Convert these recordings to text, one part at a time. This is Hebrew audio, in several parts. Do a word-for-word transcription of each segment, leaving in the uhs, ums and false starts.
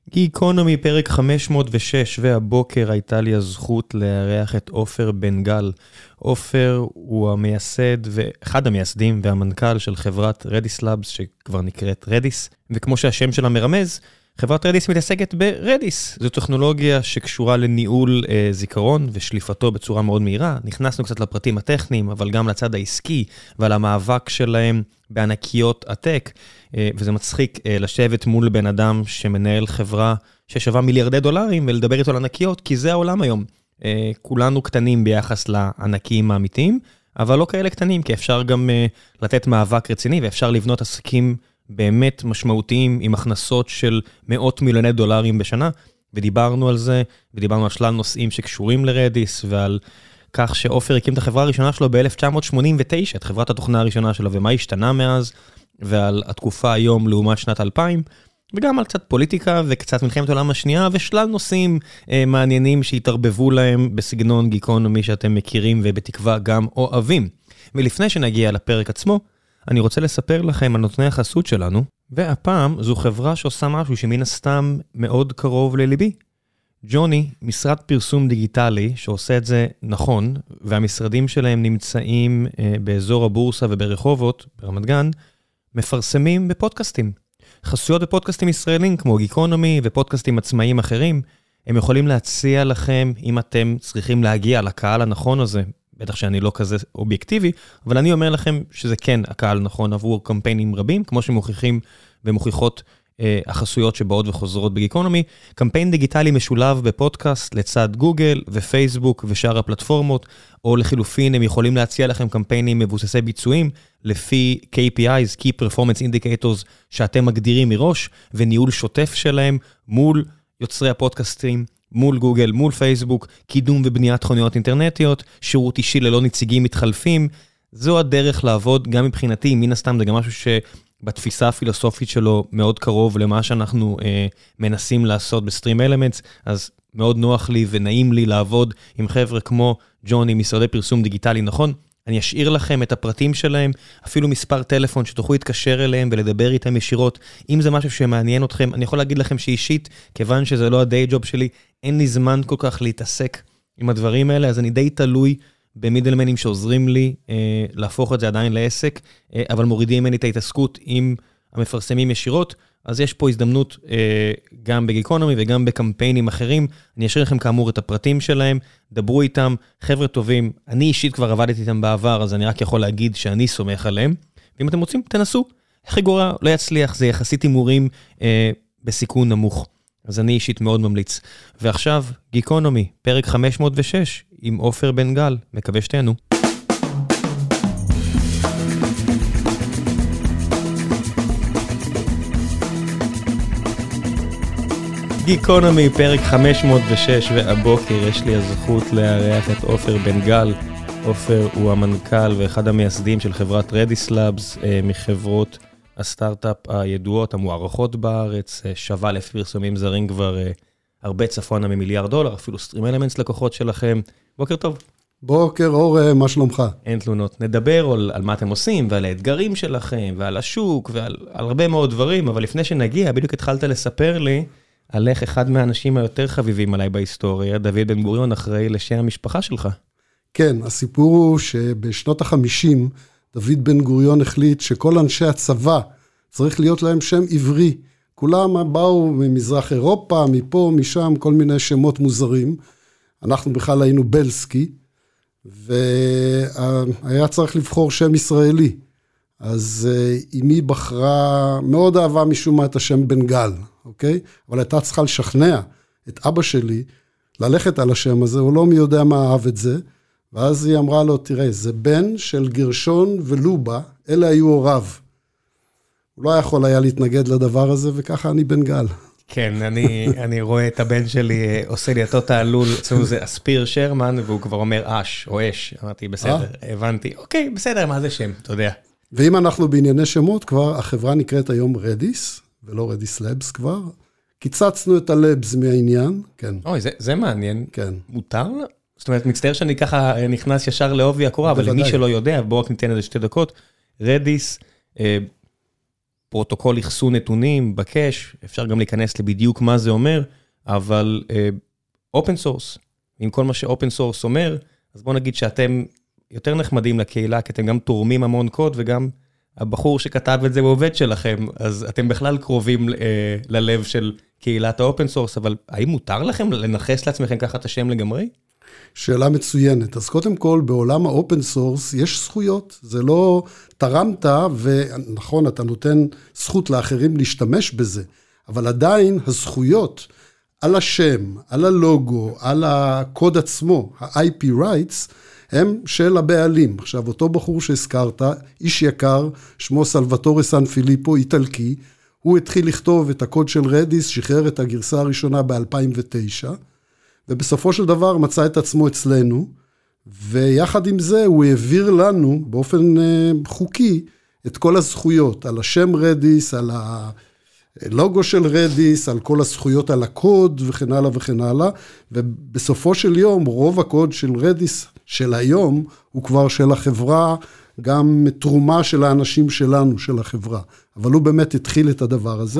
גיקונומי פרק חמש מאות ושש, והבוקר הייתה לי הזכות לארח את עופר בן גל. עופר הוא המייסד ואחד המייסדים והמנכ"ל של חברת רדיס לאבס שכבר נקראת רדיס, וכמו שהשם שלה מרמז, חברת רדיס מתעסקת ברדיס. זו טכנולוגיה שקשורה לניהול אה, זיכרון ושליפתו בצורה מאוד מהירה. נכנסנו קצת לפרטים הטכניים, אבל גם לצד העסקי ועל המאבק שלהם בענקיות הטק, אה, וזה מצחיק אה, לשבת מול בן אדם שמנהל חברה ששווה מיליארדי דולרים ולדבר איתו על ענקיות, כי זה העולם היום. אה, כולנו קטנים ביחס לענקים האמיתיים, אבל לא כאלה קטנים, כי אפשר גם אה, לתת מאבק רציני ואפשר לבנות עסקים באמת משמעותיים עם הכנסות של מאות מיליוני דולרים בשנה, ודיברנו על זה, ודיברנו על שלל נושאים שקשורים לרדיס, ועל כך שעופר הקים את החברה הראשונה שלו ב-אלף תשע מאות שמונים ותשע, את חברת התוכנה הראשונה שלו, ומה השתנה מאז, ועל התקופה היום לעומת שנת אלפיים, וגם על קצת פוליטיקה וקצת מלחמת העולם השנייה, ושלל נושאים אה, מעניינים שהתערבבו להם בסגנון גיקונומי שאתם מכירים ובתקווה גם אוהבים. ולפני שנגיע לפרק עצמו, אני רוצה לספר לכם על נותני החסות שלנו, והפעם זו חברה שעושה משהו שמן הסתם מאוד קרוב לליבי. ג'וני, משרד פרסום דיגיטלי שעושה את זה נכון, והמשרדים שלהם נמצאים אה, באזור הבורסה וברחובות, ברמת גן, מפרסמים בפודקאסטים. חסויות בפודקאסטים ישראלים כמו גיקונומי ופודקאסטים עצמאיים אחרים, הם יכולים להציע לכם אם אתם צריכים להגיע לקהל הנכון הזה, בטח שאני לא כזה אובייקטיבי, אבל אני אומר לכם שזה כן הקהל נכון עבור קמפיינים רבים, כמו שמוכיחים ומוכיחות אה, החסויות שבאות וחוזרות בגיקונומי. קמפיין דיגיטלי משולב בפודקאסט לצד גוגל ופייסבוק ושאר הפלטפורמות, או לחילופין הם יכולים להציע לכם קמפיינים מבוססי ביצועים, לפי K P Is, Key Performance Indicators, שאתם מגדירים מראש, וניהול שוטף שלהם מול יוצרי הפודקאסטים, מול גוגל, מול פייסבוק, קידום ובניית תכוניות אינטרנטיות, שירות אישי ללא נציגים מתחלפים. זו הדרך לעבוד גם מבחינתי, מן הסתם זה גם משהו שבתפיסה הפילוסופית שלו מאוד קרוב למה שאנחנו אה, מנסים לעשות בסטרים אלמנטס, אז מאוד נוח לי ונעים לי לעבוד עם חבר'ה כמו ג'וני, משרדי פרסום דיגיטלי נכון. אני אשאיר לכם את הפרטים שלהם, אפילו מספר טלפון שתוכלו להתקשר אליהם ולדבר איתם ישירות. אם זה משהו שמעניין אתכם, אני יכול להגיד לכם שאישית, כיוון שזה לא הדיי ג'וב שלי, אין לי זמן כל כך להתעסק עם הדברים האלה, אז אני די תלוי במידלמנים שעוזרים לי אה, להפוך את זה עדיין לעסק, אה, אבל מורידים ממני את ההתעסקות עם המפרסמים ישירות, אז יש פה הזדמנות אה, גם בגיקונומי וגם בקמפיינים אחרים. אני אשאיר לכם כאמור את הפרטים שלהם, דברו איתם, חבר'ה טובים, אני אישית כבר עבדתי איתם בעבר, אז אני רק יכול להגיד שאני סומך עליהם, ואם אתם רוצים, תנסו. הכי גורע לא יצליח, זה יחסית הימורים אה, בסיכון נמוך. אז אני אישית מאוד ממליץ. ועכשיו, גיקונומי, פרק חמש מאות ושש, עם עופר בן גל, מקווה שתהנו. גיקונומי, פרק חמש מאות ושש, והבוקר יש לי הזכות לארח את עופר בן גל. עופר הוא המנכ"ל ואחד המייסדים של חברת רדיס לאבס, מחברות הסטארט-אפ הידועות, המוערכות בארץ, שווה לפי פרסומים זרים כבר הרבה צפונה ממיליארד דולר, אפילו סטרים אלמנטס לקוחות שלכם. בוקר טוב. בוקר אור, מה שלומך? אין תלונות. נדבר על, על מה אתם עושים ועל האתגרים שלכם ועל השוק ועל על הרבה מאוד דברים, אבל לפני שנגיע, בדיוק התחלת לספר לי על איך אחד מהאנשים היותר חביבים עליי בהיסטוריה, דוד בן גוריון, אחראי לשם המשפחה שלך. כן, הסיפור הוא שבשנות החמישים, דוד בן גוריון החליט שכל אנשי הצבא צריך להיות להם שם עברי. כולם באו ממזרח אירופה, מפה, משם, כל מיני שמות מוזרים. אנחנו בכלל היינו בלסקי, והיה צריך לבחור שם ישראלי. אז אמי בחרה, מאוד אהבה משום מה את השם בן גל, אוקיי? אבל הייתה צריכה לשכנע את אבא שלי ללכת על השם הזה, הוא לא מי יודע מה אהב את זה, ואז היא אמרה לו, תראה, זה בן של גרשון ולובה, אלה היו הוריו. הוא לא יכול היה להתנגד לדבר הזה, וככה אני בן גל. כן, אני, אני רואה את הבן שלי, עושה לי אותו תעלול, אצלנו זה אספיר שרמן, והוא כבר אומר אש או אש. אמרתי, בסדר, הבנתי, אוקיי, בסדר, מה זה שם, אתה יודע. ואם אנחנו בענייני שמות כבר, החברה נקראת היום רדיס, ולא רדיס לאבס כבר. קיצצנו את הלאבס מהעניין, כן. אוי, זה, זה מעניין. כן. מותר? זאת אומרת, מצטער שאני ככה נכנס ישר לעובי הקורה, אבל למי שלא יודע, בואו רק ניתן איזה שתי דקות, רדיס, אה, פרוטוקול אחסון נתונים בקש, אפשר גם להיכנס לבדיוק מה זה אומר, אבל אופן סורס, עם כל מה שאופן סורס אומר, אז בואו נגיד שאתם יותר נחמדים לקהילה, כי אתם גם תורמים המון קוד, וגם הבחור שכתב את זה הוא עובד שלכם, אז אתם בכלל קרובים אה, ללב של קהילת האופן סורס, אבל האם מותר לכם לנחס לעצמכם ככה את השם לגמרי? שאלה מצוינת. אז קודם כל, בעולם האופן סורס יש זכויות. זה לא תרמת, ונכון, אתה נותן זכות לאחרים להשתמש בזה, אבל עדיין הזכויות על השם, על הלוגו, על הקוד עצמו, ה-איי פי rights, הם של הבעלים. עכשיו, אותו בחור שהזכרת, איש יקר, שמו סלווטורי סן פיליפו, איטלקי, הוא התחיל לכתוב את הקוד של רדיס, שחרר את הגרסה הראשונה ב-אלפיים ותשע, ובסופו של דבר מצא את עצמו אצלנו, ויחד עם זה הוא העביר לנו באופן חוקי את כל הזכויות, על השם רדיס, על הלוגו של רדיס, על כל הזכויות על הקוד וכן הלאה וכן הלאה, ובסופו של יום רוב הקוד של רדיס של היום הוא כבר של החברה, גם תרומה של האנשים שלנו, של החברה, אבל הוא באמת התחיל את הדבר הזה.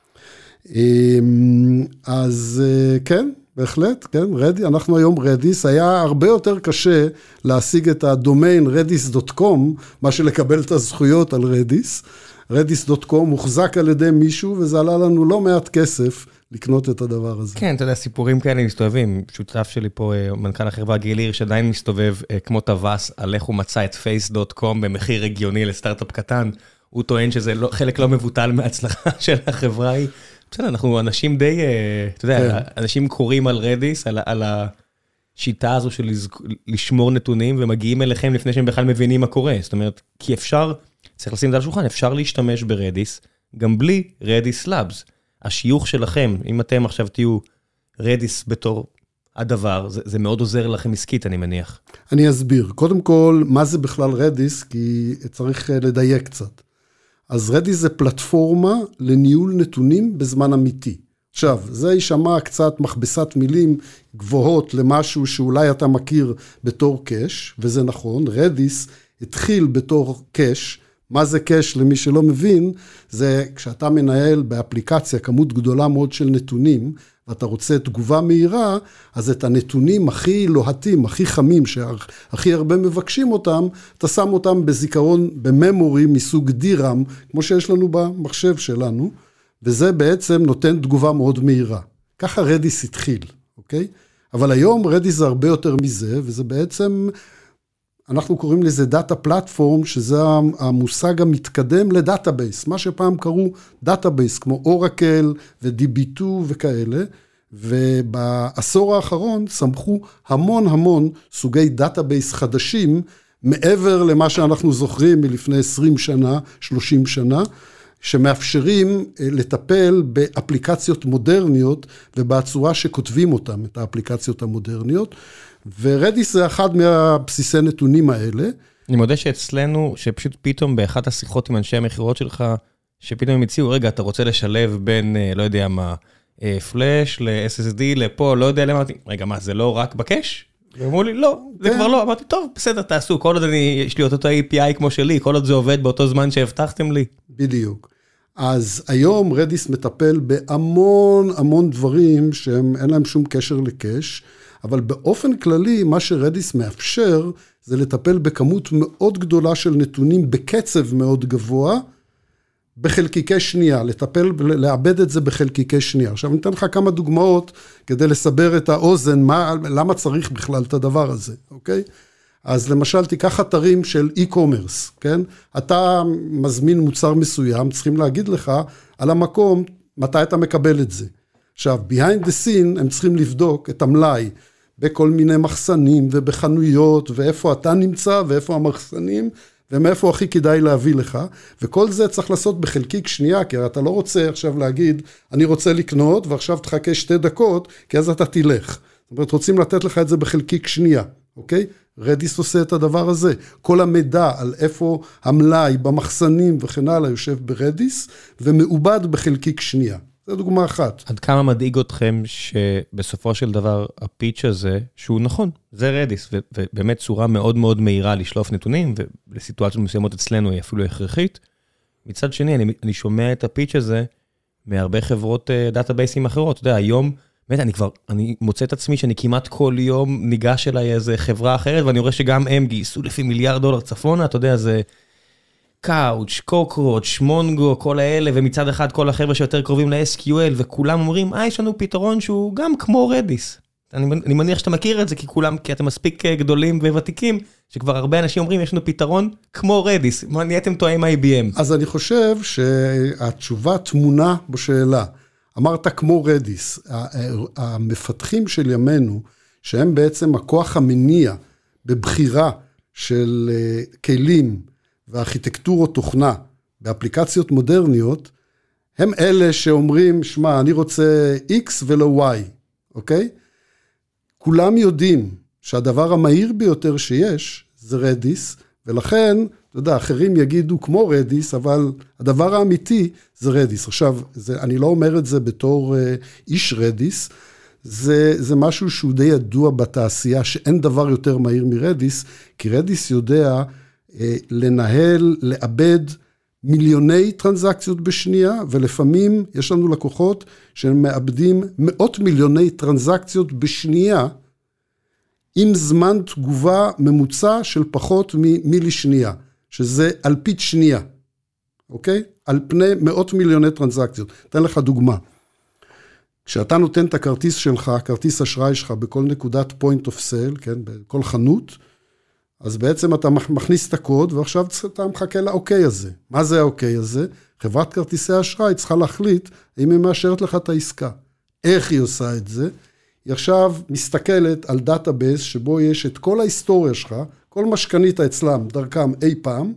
אז כן, בהחלט, כן, רדי, אנחנו היום רדיס, היה הרבה יותר קשה להשיג את הדומיין רדיס דוט קום, מה שלקבל את הזכויות על רדיס. רדיס דוט קום מוחזק על ידי מישהו, וזה עלה לנו לא מעט כסף לקנות את הדבר הזה. כן, אתה יודע, סיפורים כאלה מסתובבים. שותף שלי פה, מנכ"ל החברה גיל הירש, שעדיין מסתובב כמו טווס, על איך הוא מצא את פייס דוט קום במחיר הגיוני לסטארט-אפ קטן. הוא טוען שזה לא, חלק לא מבוטל מההצלחה של החברה היא. בסדר, אנחנו אנשים די, אתה יודע, אנשים קוראים על רדיס, על, על השיטה הזו של לשמור נתונים, ומגיעים אליכם לפני שהם בכלל מבינים מה קורה. זאת אומרת, כי אפשר, צריך לשים את זה על השולחן, אפשר להשתמש ברדיס, גם בלי רדיס לאבס. השיוך שלכם, אם אתם עכשיו תהיו רדיס בתור הדבר, זה, זה מאוד עוזר לכם עסקית, אני מניח. אני אסביר. קודם כל, מה זה בכלל רדיס? כי צריך לדייק קצת. אז רדיס זה פלטפורמה לניהול נתונים בזמן אמיתי. עכשיו, זה יישמע קצת מכבסת מילים גבוהות למשהו שאולי אתה מכיר בתור קש, וזה נכון, רדיס התחיל בתור קש. מה זה קש למי שלא מבין? זה כשאתה מנהל באפליקציה כמות גדולה מאוד של נתונים, ואתה רוצה תגובה מהירה, אז את הנתונים הכי לוהטים, הכי חמים, שהכי הרבה מבקשים אותם, אתה שם אותם בזיכרון, בממורי מסוג דירם, כמו שיש לנו במחשב שלנו, וזה בעצם נותן תגובה מאוד מהירה. ככה רדיס התחיל, אוקיי? אבל היום רדיס זה הרבה יותר מזה, וזה בעצם, אנחנו קוראים לזה דאטה פלטפורם, שזה המושג המתקדם לדאטאבייס, מה שפעם קראו דאטאבייס, כמו אורקל ו-די בי טו וכאלה, ובעשור האחרון סמכו המון המון סוגי דאטאבייס חדשים, מעבר למה שאנחנו זוכרים מלפני עשרים שנה, שלושים שנה, שמאפשרים לטפל באפליקציות מודרניות, ובצורה שכותבים אותם, את האפליקציות המודרניות, ורדיס זה אחד מהבסיסי נתונים האלה. אני מודה שאצלנו, שפשוט פתאום באחת השיחות עם אנשי המחירות שלך, שפתאום הם הציעו, רגע, אתה רוצה לשלב בין, לא יודע מה, פלאש, ל-אס אס די, לפה, לא יודע למה, רגע, מה, זה לא רק בקש? ואמרו לי, לא, זה כבר לא, אמרתי, טוב, בסדר, תעשו, כל עוד אני, יש לי אותו איי פי איי כמו שלי, כל עוד זה עובד באותו זמן שהבטחתם לי. בדיוק. אז היום רדיס מטפל בהמון המון דברים שהם אין להם שום קשר לקש, אבל באופן כללי מה שרדיס מאפשר זה לטפל בכמות מאוד גדולה של נתונים בקצב מאוד גבוה, בחלקיקי שנייה, לטפל ולעבד את זה בחלקיקי שנייה. עכשיו אני אתן לך כמה דוגמאות כדי לסבר את האוזן, מה, למה צריך בכלל את הדבר הזה, אוקיי? אז למשל תיקח אתרים של e-commerce, כן? אתה מזמין מוצר מסוים, צריכים להגיד לך על המקום מתי אתה מקבל את זה. עכשיו, behind the scene הם צריכים לבדוק את המלאי בכל מיני מחסנים ובחנויות, ואיפה אתה נמצא ואיפה המחסנים, ומאיפה הכי כדאי להביא לך, וכל זה צריך לעשות בחלקיק שנייה, כי אתה לא רוצה עכשיו להגיד, אני רוצה לקנות, ועכשיו תחכה שתי דקות, כי אז אתה תלך. זאת אומרת, רוצים לתת לך את זה בחלקיק שנייה, אוקיי? רדיס עושה את הדבר הזה. כל המידע על איפה המלאי במחסנים וכן הלאה יושב ברדיס, ומעובד בחלקיק שנייה. זו דוגמה אחת. עד כמה מדאיג אתכם שבסופו של דבר הפיץ' הזה, שהוא נכון, זה רדיס, ובאמת צורה מאוד מאוד מהירה לשלוף נתונים, ולסיטואציות מסוימות אצלנו היא אפילו הכרחית, מצד שני, אני, אני שומע את הפיץ' הזה מהרבה חברות דאטאבייסים אחרות. אתה יודע, היום, באמת, אני כבר, אני מוצא את עצמי שאני כמעט כל יום ניגש אליי איזה חברה אחרת, ואני רואה שגם הם גייסו לפי מיליארד דולר צפונה, אתה יודע, זה קאוץ', קוקרוץ', מונגו, כל האלה, ומצד אחד כל החבר'ה שיותר קרובים ל-אס קיו אל, וכולם אומרים, אה, יש לנו פתרון שהוא גם כמו רדיס. אני, אני מניח שאתה מכיר את זה, כי כולם, כי אתם מספיק גדולים וותיקים, שכבר הרבה אנשים אומרים, יש לנו פתרון כמו רדיס. מה נהייתם טועים איי בי אם? אז אני חושב שהתשובה תמונה בשאלה. אמרת כמו רדיס. המפתחים של ימינו, שהם בעצם הכוח המניע בבחירה של כלים וארכיטקטורות תוכנה באפליקציות מודרניות, הם אלה שאומרים, שמה, אני רוצה X ולא Y, אוקיי? כולם יודעים שהדבר המהיר ביותר שיש זה רדיס, ולכן, אתה יודע, אחרים יגידו כמו רדיס, אבל הדבר האמיתי זה רדיס. עכשיו, זה, אני לא אומר את זה בתור אה, איש רדיס, זה, זה משהו שהוא די ידוע בתעשייה, שאין דבר יותר מהיר מרדיס, כי רדיס יודע אה, לנהל, לאבד מיליוני טרנזקציות בשנייה, ולפעמים יש לנו לקוחות שהם מאבדים מאות מיליוני טרנזקציות בשנייה, עם זמן תגובה ממוצע של פחות ממילי שנייה, שזה אלפית שנייה, אוקיי? על פני מאות מיליוני טרנזקציות. אתן לך דוגמה. כשאתה נותן את הכרטיס שלך, כרטיס אשראי שלך, בכל נקודת point of sale, כן? בכל חנות, אז בעצם אתה מכניס את הקוד, ועכשיו אתה מחכה לאוקיי הזה. מה זה האוקיי הזה? חברת כרטיסי אשראי צריכה להחליט, האם היא מאשרת לך את העסקה. איך היא עושה את זה? היא עכשיו מסתכלת על דאטאבייס, שבו יש את כל ההיסטוריה שלך, כל מה שקנית אצלם, דרכם אי פעם,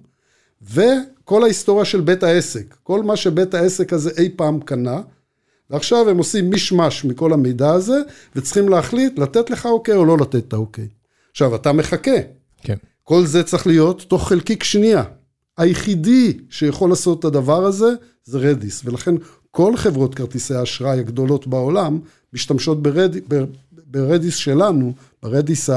וכל ההיסטוריה של בית העסק, כל מה שבית העסק הזה אי פעם קנה, ועכשיו הם עושים משמש מכל המידע הזה, וצריכים להחליט, לתת לך אוקיי או לא לתת את האוקיי. עכשיו, אתה מחכה. כן. כל זה צריך להיות תוך חלקיק שנייה. היחידי שיכול לעשות את הדבר הזה, זה רדיס, ולכן כל חברות כרטיסי האשראי הגדולות בעולם, משתמשות ברד, ברדיס שלנו, ברדיס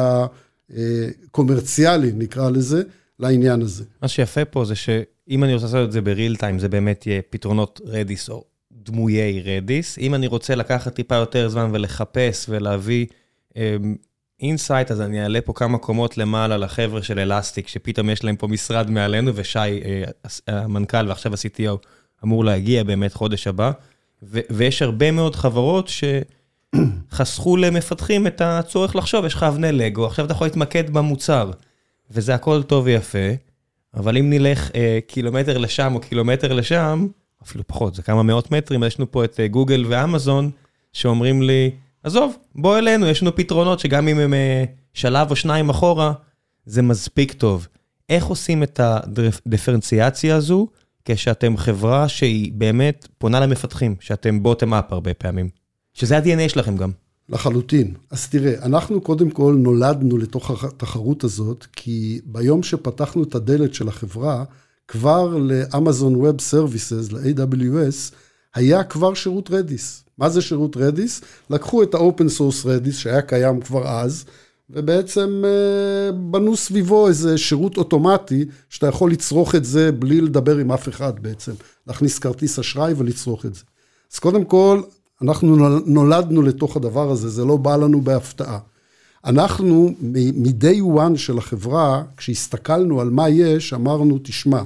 הקומרציאלי, נקרא לזה, לעניין הזה. מה שיפה פה זה שאם אני רוצה לעשות את זה בריל טיים, זה באמת יהיה פתרונות רדיס או דמויי רדיס. אם אני רוצה לקחת טיפה יותר זמן ולחפש ולהביא אינסייט, אז אני אעלה פה כמה קומות למעלה לחבר'ה של אלסטיק, שפתאום יש להם פה משרד מעלינו, ושי, המנכ"ל ועכשיו ה-סי טי או, אמור להגיע באמת חודש הבא, ו- ויש הרבה מאוד חברות שחסכו למפתחים את הצורך לחשוב, יש לך אבני לגו, עכשיו אתה יכול להתמקד במוצר, וזה הכל טוב ויפה, אבל אם נלך אה, קילומטר לשם או קילומטר לשם, אפילו פחות, זה כמה מאות מטרים, יש לנו פה את אה, גוגל ואמזון, שאומרים לי, עזוב, בוא אלינו, יש לנו פתרונות שגם אם הם אה, שלב או שניים אחורה, זה מספיק טוב. איך עושים את הדיפרנציאציה הזו, כשאתם חברה שהיא באמת פונה למפתחים, שאתם בוטם אפ הרבה פעמים, שזה ה-די אן איי שלכם גם. לחלוטין. אז תראה, אנחנו קודם כל נולדנו לתוך התחרות הזאת, כי ביום שפתחנו את הדלת של החברה, כבר ל-Amazon Web Services, ל-איי דאבליו אס, היה כבר שירות רדיס. מה זה שירות רדיס? לקחו את ה-Open Source רדיס, שהיה קיים כבר אז, ובעצם בנו סביבו איזה שירות אוטומטי, שאתה יכול לצרוך את זה בלי לדבר עם אף אחד בעצם, להכניס כרטיס אשראי ולצרוך את זה. אז קודם כל, אנחנו נולדנו לתוך הדבר הזה, זה לא בא לנו בהפתעה. אנחנו, מ-day one של החברה, כשהסתכלנו על מה יש, אמרנו, תשמע,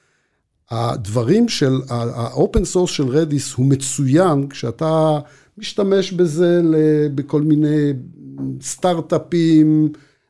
הדברים של, ה-open source של רדיס הוא מצוין, כשאתה משתמש בזה בכל מיני סטארט-אפים,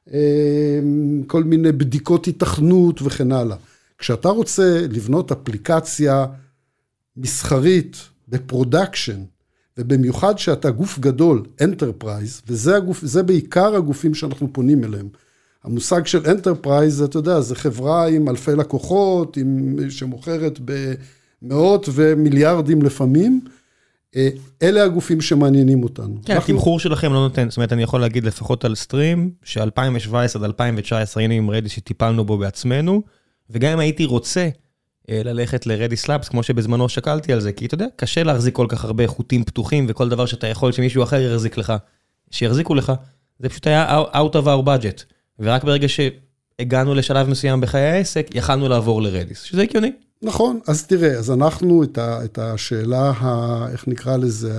כל מיני בדיקות התכנות וכן הלאה. כשאתה רוצה לבנות אפליקציה מסחרית בפרודקשן, ובמיוחד שאתה גוף גדול, אנטרפרייז, וזה הגוף, זה בעיקר הגופים שאנחנו פונים אליהם. המושג של אנטרפרייז, אתה יודע, זה חברה עם אלפי לקוחות, עם, שמוכרת במאות ומיליארדים לפעמים, אלה הגופים שמעניינים אותנו. כן, התמחור שלכם לא נותן, זאת אומרת, אני יכול להגיד לפחות על סטרים, ש-אלפיים שבע עשרה עד אלפיים תשע עשרה היינו עם רדיס שטיפלנו בו בעצמנו, וגם אם הייתי רוצה ללכת לרדיס לאבס, כמו שבזמנו שקלתי על זה, כי אתה יודע, קשה להחזיק כל כך הרבה חוטים פתוחים, וכל דבר שאתה יכול שמישהו אחר יחזיק לך, שיחזיקו לך, זה פשוט היה out of our budget, ורק ברגע שהגענו לשלב מסוים בחיי העסק, יכלנו לעבור לרדיס, שזה הגיוני. נכון, אז תראה, אז אנחנו את, ה, את השאלה, ה, איך נקרא לזה,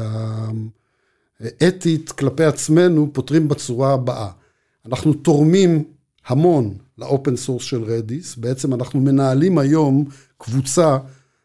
האתית כלפי עצמנו, פותרים בצורה הבאה. אנחנו תורמים המון לאופן סורס של רדיס, בעצם אנחנו מנהלים היום קבוצה,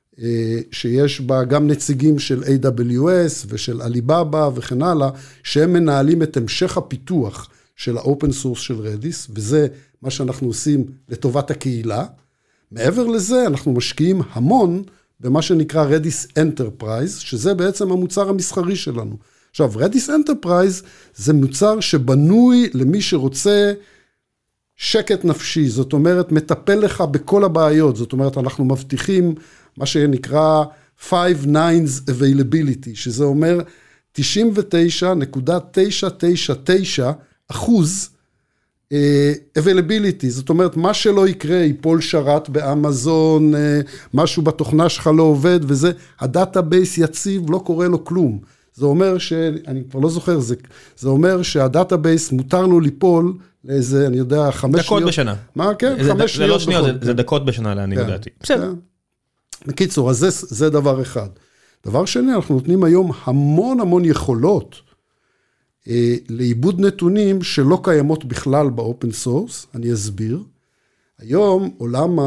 שיש בה גם נציגים של איי דאבליו אס ושל אליבאבא וכן הלאה, שהם מנהלים את המשך הפיתוח של האופן סורס של רדיס, וזה מה שאנחנו עושים לטובת הקהילה. מעבר לזה, אנחנו משקיעים המון במה שנקרא רדיס אנטרפרייז, שזה בעצם המוצר המסחרי שלנו. עכשיו, רדיס אנטרפרייז זה מוצר שבנוי למי שרוצה שקט נפשי, זאת אומרת, מטפל לך בכל הבעיות, זאת אומרת, אנחנו מבטיחים מה שנקרא five nines availability, שזה אומר תשעים ותשע נקודה תשע תשע תשע אחוז availability, זאת אומרת, מה שלא יקרה, ייפול שרת באמזון, משהו בתוכנה שלך לא עובד, וזה, הדאטאבייס יציב, לא קורה לו כלום. זה אומר ש... אני כבר לא זוכר, זה, זה אומר שהדאטאבייס מותר לו ליפול לאיזה, אני יודע, חמש שניות. דקות בשנה. מה, כן? זה, חמש זה שניות. לא שניות, זה, זה דקות בשנה, לעניות כן, דעתי. בסדר. כן. בקיצור, אז זה, זה דבר אחד. דבר שני, אנחנו נותנים היום המון המון יכולות אה, לעיבוד נתונים שלא קיימות בכלל באופן סורס, אני אסביר. היום עולם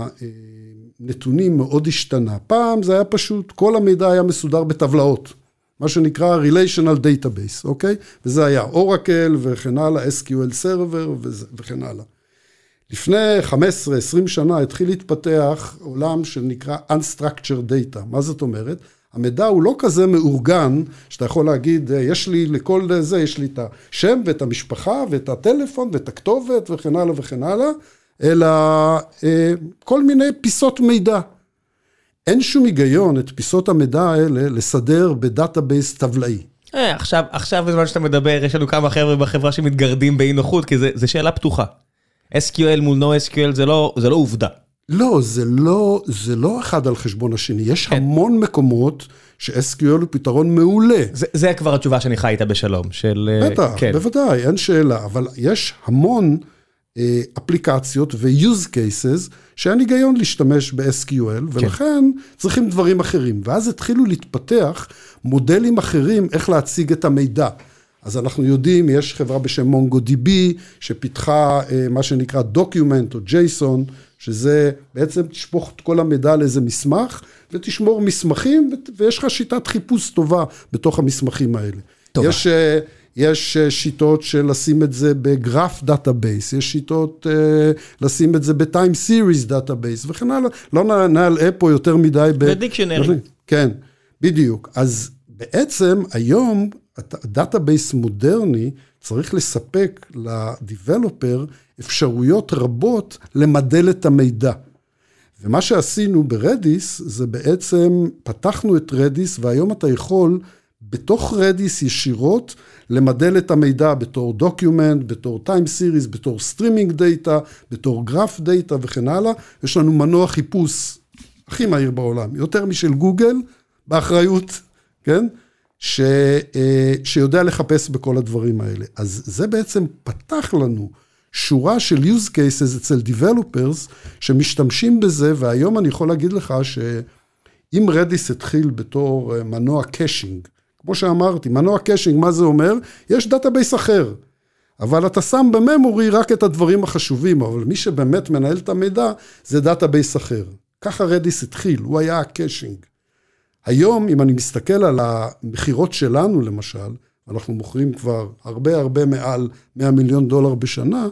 הנתונים מאוד השתנה. פעם זה היה פשוט, כל המידע היה מסודר בטבלאות. מה שנקרא Relational Database, אוקיי? וזה היה Oracle וכן הלאה, אס קיו אל Server וכן הלאה. לפני חמש עשרה עשרים שנה התחיל להתפתח עולם שנקרא Unstructured Data. מה זאת אומרת? המידע הוא לא כזה מאורגן, שאתה יכול להגיד, יש לי לכל זה, יש לי את השם ואת המשפחה ואת הטלפון ואת הכתובת וכן הלאה וכן הלאה, אלא כל מיני פיסות מידע. אין שום היגיון את פיסות המידע האלה לסדר בדאטאבייס טבלאי. עכשיו, עכשיו בזמן שאתה מדבר, יש לנו כמה חבר'ה בחברה שמתגרדים באי נוחות, כי זה שאלה פתוחה. אס קיו אל מול נו אס קיו אל זה לא, זה לא עובדה. לא, זה לא, זה לא אחד על חשבון השני. יש המון מקומות ש-אס קיו אל הוא פתרון מעולה. זה, זה כבר התשובה שאני חי איתה בשלום. של, בטח, כן. בוודאי, אין שאלה. אבל יש המון אה, אפליקציות ו-use cases שאין היגיון להשתמש ב-אס קיו אל, ולכן כן. צריכים דברים אחרים. ואז התחילו להתפתח מודלים אחרים איך להציג את המידע. אז אנחנו יודעים, יש חברה בשם MongoDB, שפיתחה אה, מה שנקרא Document או JSON, שזה בעצם תשפוך את כל המידע לאיזה מסמך, ותשמור מסמכים, ויש לך שיטת חיפוש טובה בתוך המסמכים האלה. טובה. יש, אה, יש שיטות של לשים את זה בגרף דאטאבייס, יש שיטות אה, לשים את זה בטיים סיריס דאטאבייס, וכן הלאה. לא נעלה פה יותר מדי. בדיקשנרי. כן, בדיוק. אז בעצם היום, דאטאבייס מודרני צריך לספק לדיבלופר אפשרויות רבות למדל את המידע. ומה שעשינו ברדיס, זה בעצם פתחנו את רדיס, והיום אתה יכול בתוך רדיס ישירות למדל את המידע בתור דוקיומנט, בתור טיים סיריס, בתור סטרימינג דאטה, בתור גרף דאטה וכן הלאה. יש לנו מנוע חיפוש הכי מהיר בעולם, יותר משל גוגל, באחריות, כן? ש, שיודע לחפש בכל הדברים האלה. אז זה בעצם פתח לנו שורה של use cases אצל developers שמשתמשים בזה, והיום אני יכול להגיד לך שאם רדיס התחיל בתור מנוע קאשינג, כמו שאמרתי, מנוע קאשינג, מה זה אומר? יש דאטאבייס אחר, אבל אתה שם בממורי רק את הדברים החשובים, אבל מי שבאמת מנהל את המידע זה דאטאבייס אחר. ככה רדיס התחיל, הוא היה הקאשינג. היום, אם אני מסתכל על המחירות שלנו, למשל, אנחנו מוכרים כבר הרבה הרבה מעל מאה מיליון דולר בשנה,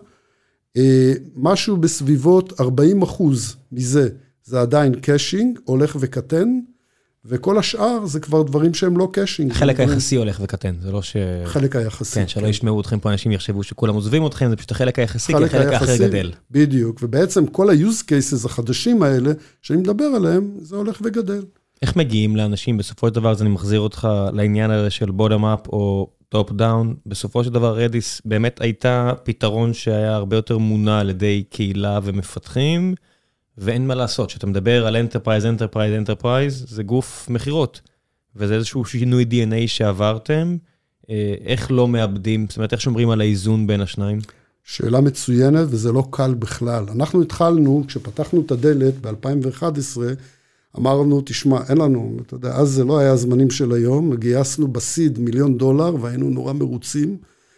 משהו בסביבות ארבעים אחוז מזה, זה עדיין קאשינג, הולך וקטן, וכל השאר זה כבר דברים שהם לא קאשינג. החלק היחסי הולך וקטן, זה לא ש... חלק היחסי. כן, שלא ישמעו אתכם פה, אנשים יחשבו שכולם עוזבים אתכם, זה פשוט החלק היחסי, כי החלק האחר גדל. בדיוק, ובעצם כל ה-use cases החדשים האלה, שאני מדבר עליהם, זה הולך וגדל. איך מגיעים לאנשים? בסופו של דבר, אז אני מחזיר אותך לעניין הזה של בוטום אפ או טופ דאון. בסופו של דבר, רדיס באמת הייתה פתרון שהיה הרבה יותר מונע על ידי קהילה ומפתחים, ואין מה לעשות. שאתה מדבר על אנטרפרייז, אנטרפרייז, אנטרפרייז, זה גוף מחירות. וזה איזשהו שינוי די אן איי שעברתם. איך לא מאבדים, זאת אומרת, איך שומרים על האיזון בין השניים? שאלה מצוינת, וזה לא קל בכלל. אנחנו התחלנו, כשפתחנו את הדלת ב-אלפיים ואחת עשרה, אמרנו, תשמע, אין לנו, אתה יודע, אז זה לא היה הזמנים של היום, גייסנו בסיד מיליון דולר, והיינו נורא מרוצים,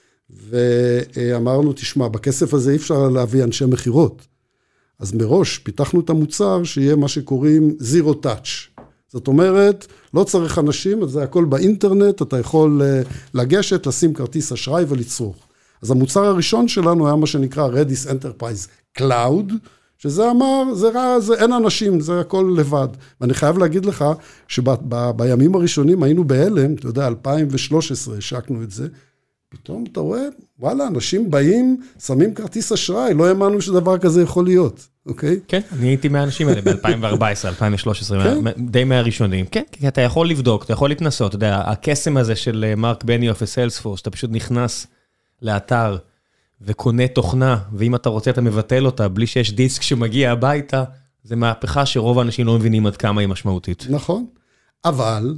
ואמרנו, תשמע, בכסף הזה אי אפשר להביא אנשי מחירות. אז מראש פיתחנו את המוצר, שיהיה מה שקוראים Zero Touch. זאת אומרת, לא צריך אנשים, זה הכל באינטרנט, אתה יכול לגשת, לשים כרטיס אשראי ולצרוך. אז המוצר הראשון שלנו היה מה שנקרא Redis Enterprise Cloud, שזה אמר, זה רע, זה אין אנשים, זה הכל לבד. ואני חייב להגיד לך, שבימים הראשונים היינו בהלם, אתה יודע, אלפיים ושלוש עשרה השקנו את זה, פתאום אתה רואה, וואלה, אנשים באים, שמים כרטיס אשראי, לא האמנו שדבר כזה יכול להיות, אוקיי? כן, אני הייתי מהאנשים האלה ב-אלפיים וארבע עשרה, אלפיים ושלוש עשרה, די מהראשונים. כן, כי אתה יכול לבדוק, אתה יכול להתנסות, אתה יודע, הקסם הזה של מרק בניוף וסיילספורס, אתה פשוט נכנס לאתר וקונה תוכנה, ואם אתה רוצה אתה מבטל אותה, בלי שיש דיסק שמגיע הביתה, זה מהפכה שרוב האנשים לא מבינים עד כמה היא משמעותית. נכון, אבל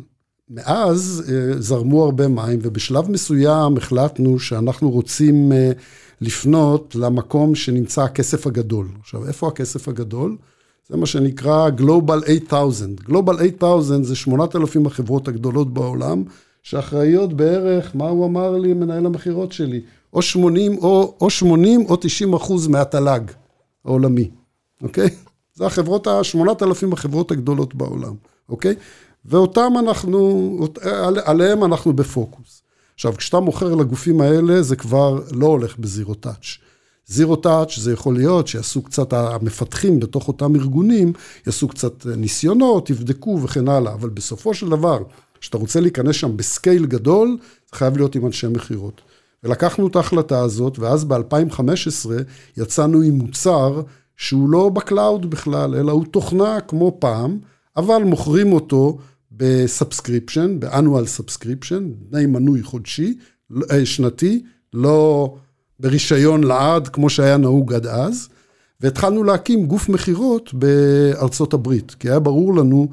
מאז זרמו הרבה מים, ובשלב מסוים החלטנו שאנחנו רוצים לפנות למקום שנמצא הכסף הגדול. עכשיו, איפה הכסף הגדול? זה מה שנקרא Global eight thousand. Global eight thousand זה שמונת אלפים החברות הגדולות בעולם, שאחראיות בערך, מה הוא אמר לי, מנהל המחירות שלי, או שמונים או, או שמונים או תשעים אחוז מהתל"ג העולמי, אוקיי? זה החברות, ה-שמונת אלפים החברות הגדולות בעולם, אוקיי? ואותם אנחנו, עליהם אנחנו בפוקוס. עכשיו, כשאתה מוכר לגופים האלה, זה כבר לא הולך בזירו טאץ'. זירו טאץ' זה יכול להיות שיעשו קצת, המפתחים בתוך אותם ארגונים, יעשו קצת ניסיונות, יבדקו וכן הלאה, אבל בסופו של דבר, כשאתה רוצה להיכנס שם בסקייל גדול, זה חייב להיות עם אנשי מחירות. ולקחנו את ההחלטה הזאת, ואז ב-אלפיים וחמש עשרה יצאנו עם מוצר שהוא לא בקלאוד בכלל, אלא הוא תוכנה כמו פעם, אבל מוכרים אותו בסאבסקריפשן, באנואל סאבסקריפשן, דמי מנוי חודשי, שנתי, לא ברישיון לעד, כמו שהיה נהוג עד אז, והתחלנו להקים גוף מחירות בארצות הברית, כי היה ברור לנו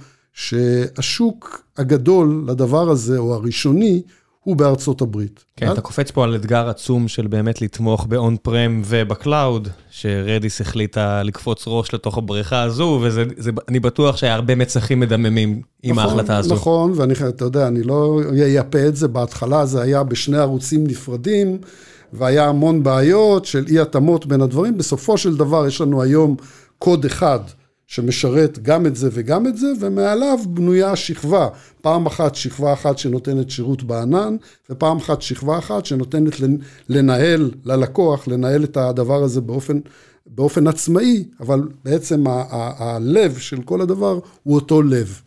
שהשוק הגדול לדבר הזה, או הראשוני, הוא בארצות הברית. כן, אתה קופץ פה על אתגר עצום של באמת לתמוך באון פרם ובקלאוד, שרדיס החליטה לקפוץ ראש לתוך הבריכה הזו, ואני בטוח שהיה הרבה מצחים מדממים עם ההחלטה הזו. נכון, ואני, אתה יודע, אני לא אייפה את זה, בהתחלה זה היה בשני ערוצים נפרדים, והיה המון בעיות של אי התאמות בין הדברים, בסופו של דבר יש לנו היום קוד אחד, שמשרת גם את זה וגם את זה, ומעליו בנויה שכבה. פעם אחת שכבה אחת שנותנת שירות בענן, ופעם אחת שכבה אחת שנותנת לנהל ללקוח, לנהל את הדבר הזה באופן, באופן עצמאי, אבל בעצם ה- ה- הלב של כל הדבר הוא אותו לב.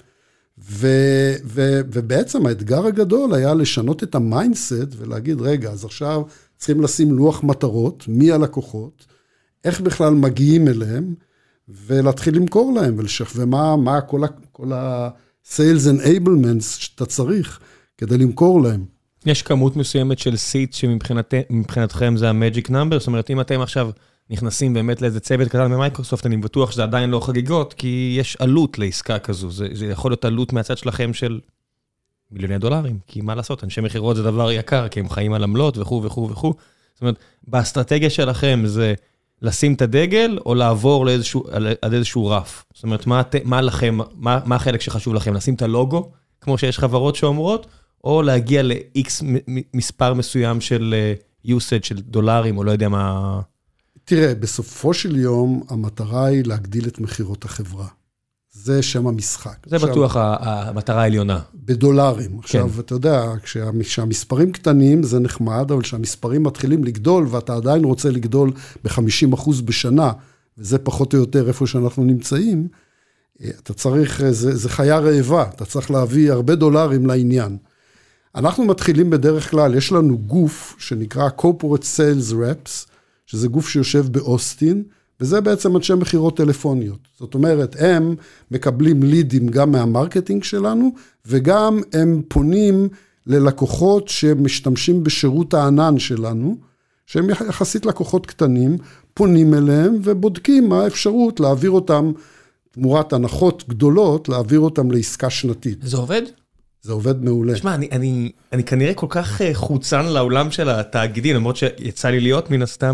ו- ו- ובעצם האתגר הגדול היה לשנות את המיינדסט, ולהגיד, רגע, אז עכשיו צריכים לשים לוח מטרות, מי הלקוחות, איך בכלל מגיעים אליהם, ולהתחיל למכור להם, ולשך, ומה, מה כל ה, כל ה-sales enablements שאתה צריך, כדי למכור להם. יש כמות מסוימת של סיט, שמבחינתכם זה ה-magic number, זאת אומרת, אם אתם עכשיו נכנסים באמת לאיזה צוות קטן במייקרוסופט, אני בטוח שזה עדיין לא חגיגות, כי יש עלות לעסקה כזו, זה, זה יכול להיות עלות מהצד שלכם של מיליוני דולרים, כי מה לעשות, אנשי מחירות זה דבר יקר, כי הם חיים על עמלות וכו' וכו' וכו', זאת אומרת, באסטרטגיה שלכם זה לשים את הדגל, או לעבור לאיזשהו, עד איזשהו רף. זאת אומרת, מה, מה לכם, מה, מה החלק שחשוב לכם? לשים את הלוגו, כמו שיש חברות שאומרות, או להגיע ל-X מספר מסוים של usage, של דולרים, או לא יודע מה... תראה, בסופו של יום, המטרה היא להגדיל את מחירות החברה. זה שם המשחק. זה עכשיו, בטוח המטרה העליונה. בדולרים. כן. עכשיו, אתה יודע, כשהמספרים קטנים זה נחמד, אבל כשהמספרים מתחילים לגדול, ואתה עדיין רוצה לגדול ב-חמישים אחוז בשנה, וזה פחות או יותר איפה שאנחנו נמצאים, אתה צריך, זה, זה חיה רעבה, אתה צריך להביא הרבה דולרים לעניין. אנחנו מתחילים בדרך כלל, יש לנו גוף שנקרא Corporate Sales Reps, שזה גוף שיושב באוסטין, וזה בעצם אנשי מחירות טלפוניות. זאת אומרת, הם מקבלים לידים גם מהמרקטינג שלנו, וגם הם פונים ללקוחות שמשתמשים בשירות הענן שלנו, שהם יחסית לקוחות קטנים, פונים אליהם ובודקים מה האפשרות להעביר אותם, תמורת הנחות גדולות, להעביר אותם לעסקה שנתית. זה עובד? זה עובד מעולה. תשמע, אני, אני, אני כנראה כל כך חוצן לעולם של התאגידים, למרות שיצא לי להיות מן הסתם,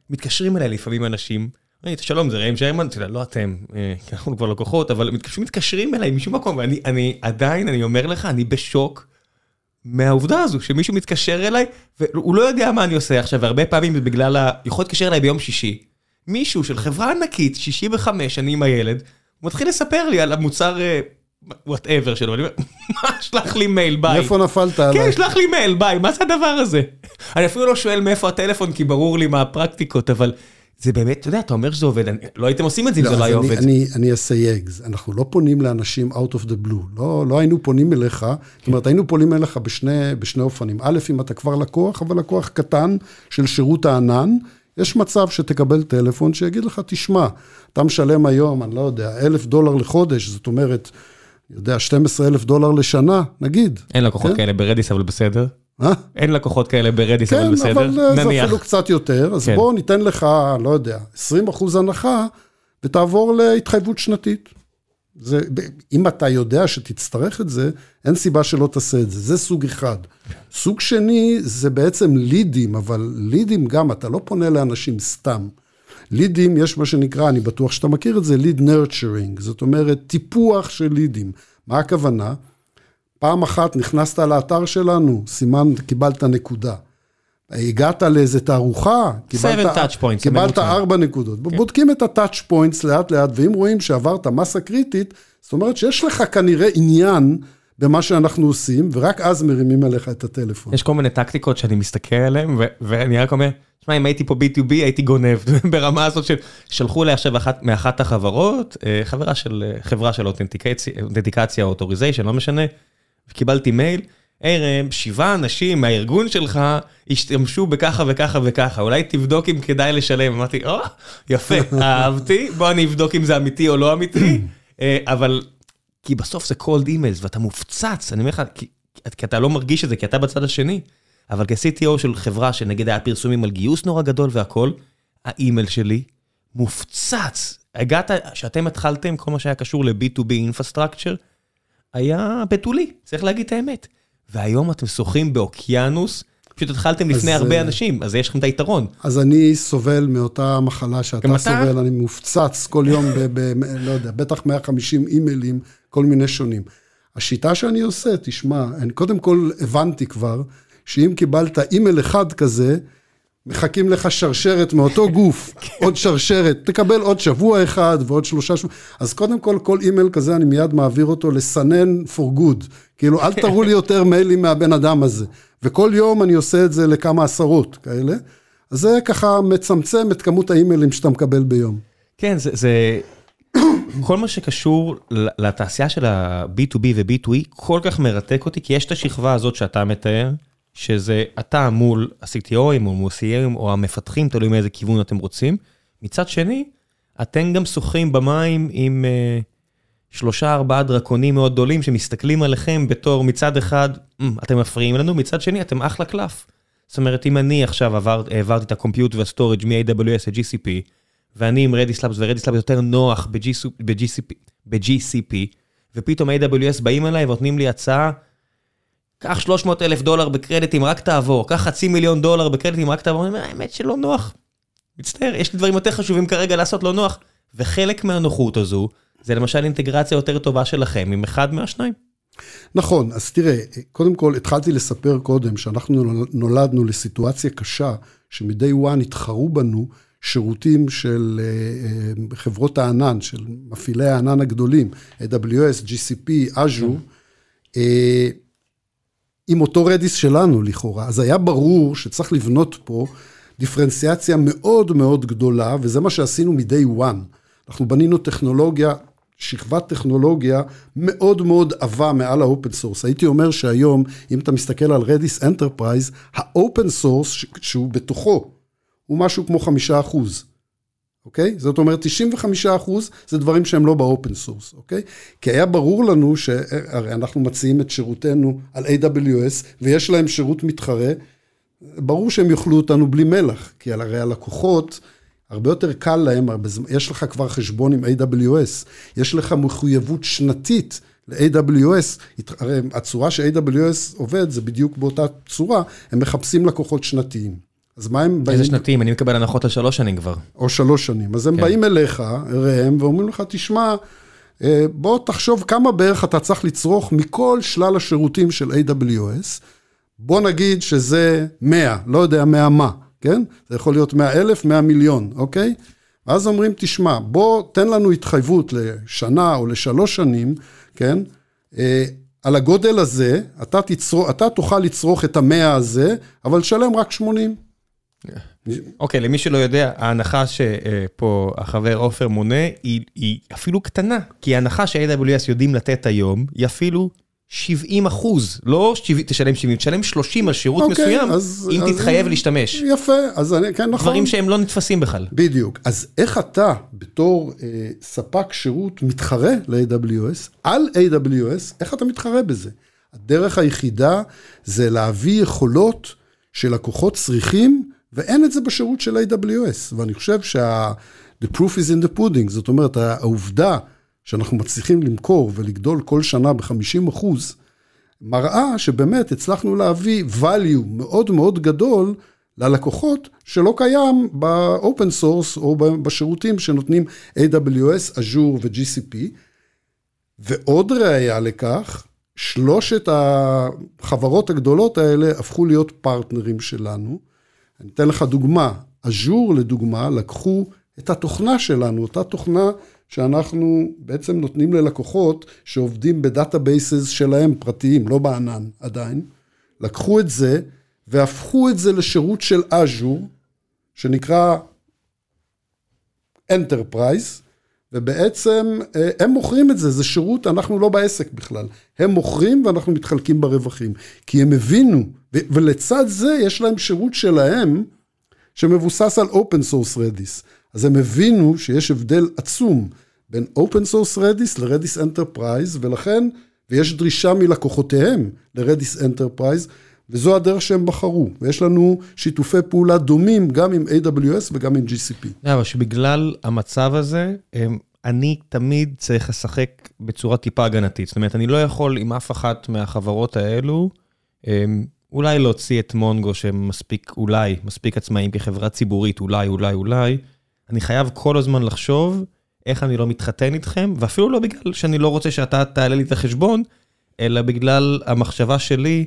מתקשרים אליי לפעמים אנשים, שלום, זה רעים שרמן, לא אתם, אנחנו כבר לקוחות, אבל מתקשרים אליי משום מקום, ואני עדיין, אני אומר לך, אני בשוק מהעובדה הזו, שמישהו מתקשר אליי, והוא לא יודע מה אני עושה עכשיו, והרבה פעמים זה בגלל, ה... יכול להתקשר אליי ביום שישי, מישהו של חברה ענקית, שישי וחמש, אני עם הילד, הוא מתחיל לספר לי על המוצר, whatever שלו, אני אומר, מה, שלח לי מייל, ביי. מאיפה נפלת עליי? כן, שלח לי מייל, ביי, מה זה הדבר הזה? אני אפילו לא שואל מאיפה הטלפון, כי ברור לי מה הפרקטיקות, אבל זה באמת, אתה יודע, אתה אומר שזה עובד, לא הייתם עושים את זה אם זה לא היה עובד. אני אסייג, אנחנו לא פונים לאנשים out of the blue, לא היינו פונים אליך, זאת אומרת, היינו פונים אליך בשני אופנים. א', אם אתה כבר לקוח, אבל לקוח קטן של שירות הענן, יש מצב שתקבל טלפון שיגיד לך, תשמע, אתה משלם היום, אני לא יודע, אלף דולר לחודש, זאת אומרת, יודע, שנים עשר אלף דולר לשנה, נגיד. אין לקוחות כאלה ברדיס, אבל בסדר. אין לקוחות כאלה ברדיס, אבל בסדר. כן, אבל זה אפילו קצת יותר, אז בואו ניתן לך, לא יודע, עשרים אחוז הנחה, ותעבור להתחייבות שנתית. זה, אם אתה יודע שתצטרך את זה, אין סיבה שלא תעשה את זה. זה סוג אחד. סוג שני, זה בעצם לידים, אבל לידים גם, אתה לא פונה לאנשים סתם. לידים, יש מה שנקרא, אני בטוח שאתה מכיר את זה, ליד נרצ'רינג. זאת אומרת, טיפוח של לידים. מה הכוונה? פעם אחת נכנסת לאתר שלנו, סימן, קיבלת נקודה. הגעת לאיזה תערוכה, קיבלת ארבע נקודות. בודקים את הטאץ' פוינטס לאט לאט, ואם רואים שעברת מסה קריטית, זאת אומרת שיש לך כנראה עניין במה שאנחנו עושים, ורק אז מרימים עליך את הטלפון. יש כל מיני טקטיקות שאני מסתכל עליהן, ואני רק אומר, תשמע, אם הייתי פה בי טו בי, הייתי גונב, ברמה הזאת שלחו לי עכשיו מאחת החברות, חברה של, חברה של אותנטיקציה, אוטוריזיישן, לא משנה, וקיבלתי מייל, ערב, שבעה אנשים מהארגון שלך השתמשו בככה וככה וככה, אולי תבדוק אם כדאי לשלם. אמרתי, או, יפה, אהבתי, בוא אני אבדוק אם זה אמיתי או לא אמיתי, אבל, כי בסוף זה cold emails, ואתה מופצץ, אני אומר לך, כי, כי אתה לא מרגיש את זה, כי אתה בצד השני, אבל כ-סי טי או של חברה, שנגיד היה פרסומים על גיוס נורא גדול והכל, האימייל שלי מופצץ. הגעת, שאתם התחלתם, כל מה שהיה קשור ל-בי טו בי infrastructure, היה בתולי, צריך להגיד את האמת. והיום אתם שוחים באוקיינוס, פשוט התחלתם לפני הרבה אנשים, אז יש לכם את היתרון. אז אני סובל מאותה מחלה שאתה סובל, אני מופצץ כל יום, לא יודע, בטח מאה וחמישים אימיילים, כל מיני שונים. השיטה שאני עושה, תשמע, אני קודם כל הבנתי כבר, שאם קיבלת אימייל אחד כזה, מחכים לך שרשרת מאותו גוף, עוד שרשרת, תקבל עוד שבוע אחד ועוד שלושה שבוע, אז קודם כל, כל אימייל כזה אני מיד מעביר אותו לסנן for good, כאילו אל תראו לי יותר מיילים מהבן אדם הזה, וכל יום אני עושה את זה לכמה עשרות כאלה, אז זה ככה מצמצם את כמות האימיילים שאתה מקבל ביום. כן, זה, זה... כל מה שקשור לתעשייה של ה-בי טו בי ו-בי טו אי, כל כך מרתק אותי, כי יש את השכבה הזאת שאתה מתאר, שזה אתה מול ה-סי טי או-ים או מול סי איי אם או המפתחים, תלוי מאיזה כיוון אתם רוצים. מצד שני, אתם גם שוחים במים עם uh, שלושה ארבעה דרקונים מאוד גדולים, שמסתכלים עליכם בתור מצד אחד, mm, אתם מפריעים לנו, מצד שני, אתם אחלה קלף. זאת אומרת, אם אני עכשיו עבר, העברתי את הקומפיוט והסטורג' מ-איי דאבליו אס ל-ג'י סי פי, ואני עם Redis Labs ו-Redis Labs יותר נוח ב-ג'י סי פי, ופתאום איי דאבליו אס באים אליי ונותנים לי הצעה, קח שלוש מאות אלף דולר בקרדיטים, רק תעבור, קח חצי מיליון דולר בקרדיטים, רק תעבור, אני אומר, האמת שלא נוח. מצטער, יש לי דברים יותר חשובים כרגע לעשות לא נוח, וחלק מהנוחות הזו, זה למשל אינטגרציה יותר טובה שלכם, עם אחד מהשניים. נכון, אז תראה, קודם כל התחלתי לספר קודם, שאנחנו נולדנו לסיטואציה קשה, שמדי וואן התחרו בנו, שירותים של חברות הענן, של מפעילי הענן הגדולים, איי דאבליו אס, ג'י סי פי, Azure, עם אותו רדיס שלנו לכאורה, אז היה ברור שצריך לבנות פה דיפרנציאציה מאוד מאוד גדולה, וזה מה שעשינו מדי וואן. אנחנו בנינו טכנולוגיה, שכבת טכנולוגיה מאוד מאוד עבה מעל האופן סורס. הייתי אומר שהיום, אם אתה מסתכל על רדיס אנטרפרייז, האופן סורס שהוא בתוכו, הוא משהו כמו חמישה אחוז. אוקיי? זאת אומרת, תשעים וחמישה אחוז זה דברים שהם לא באופן סורס, אוקיי? כי היה ברור לנו שהרי אנחנו מציעים את שירותנו על איי דאבליו אס, ויש להם שירות מתחרה, ברור שהם יוכלו אותנו בלי מלח, כי הרי הלקוחות, הרבה יותר קל להם, יש לך כבר חשבון עם איי דאבליו אס, יש לך מחויבות שנתית ל-איי דאבליו אס, הצורה ש-איי דאבליו אס עובד, זה בדיוק באותה צורה, הם מחפשים לקוחות שנתיים. אז מה הם באים... איזה שנתיים, אני מקבל הנחות על שלוש שנים כבר. או שלוש שנים. אז הם כן. באים אליך, ראם, ואומרים לך, תשמע, בוא תחשוב כמה בערך אתה צריך לצרוך מכל שלל השירותים של איי דאבליו אס, בוא נגיד שזה מאה, לא יודע מאה מה, כן? זה יכול להיות מאה אלף, מאה מיליון, אוקיי? ואז אומרים, תשמע, בוא תן לנו התחייבות לשנה או לשלוש שנים, כן? על הגודל הזה, אתה, תצרוך, אתה תוכל לצרוך את המאה הזה, אבל שלם רק שמונים. אוקיי, למי שלא יודע, ההנחה שפה החבר עופר מונה, היא, היא אפילו קטנה, כי ההנחה ש-איי דאבליו אס יודעים לתת היום, היא אפילו שבעים אחוז, לא תשלם שבעים, תשלם שלושים על שירות okay, מסוים, אז, אם אז תתחייב אז, להשתמש. יפה, אז אני, כן, נכון. דברים שהם לא נתפסים בכלל. בדיוק. אז איך אתה, בתור אה, ספק שירות מתחרה ל-איי דאבליו אס, על איי דאבליו אס, איך אתה מתחרה בזה? הדרך היחידה זה להביא יכולות שלקוחות צריכים, ואין את זה בשירות של איי דאבליו אס. ואני חושב שה... the proof is in the pudding, זאת אומרת, העובדה, שאנחנו מצליחים למכור ולגדול כל שנה ב-חמישים אחוז, מראה שבאמת הצלחנו להביא value מאוד מאוד גדול ללקוחות, שלא קיים ב-open source או בשירותים שנותנים איי דאבליו אס, Azure ו-ג'י סי פי, ועוד ראיה לכך, שלושת החברות הגדולות האלה הפכו להיות פרטנרים שלנו. אני אתן לך דוגמה, Azure לדוגמה, לקחו את התוכנה שלנו, אותה תוכנה שאנחנו בעצם נותנים ללקוחות שעובדים בדאטאבייסס שלהם פרטיים, לא בענן עדיין, לקחו את זה והפכו את זה לשירות של Azure, שנקרא Enterprise, ובעצם הם מוכרים את זה, זה שירות, אנחנו לא בעסק בכלל, הם מוכרים ואנחנו מתחלקים ברווחים, כי הם הבינו, ולצד זה יש להם שירות שלהם, שמבוסס על Open Source Redis, אז הם הבינו שיש הבדל עצום בין Open Source Redis ל-Redis Enterprise, ולכן, ויש דרישה מלקוחותיהם ל-Redis Enterprise, וזו הדרך שהם בחרו. ויש לנו שיתופי פעולה דומים גם עם איי דאבליו אס וגם עם ג'י סי פי. אבל שבגלל המצב הזה, אני תמיד צריך לשחק בצורה טיפה הגנתית. זאת אומרת, אני לא יכול עם אף אחת מהחברות האלו, אולי להוציא את מונגו שמספיק, אולי, מספיק עצמאים כחברה ציבורית, אולי, אולי, אולי. אני חייב כל הזמן לחשוב איך אני לא מתחתן איתכם, ואפילו לא בגלל שאני לא רוצה שאתה תעלה לי את החשבון, אלא בגלל המחשבה שלי,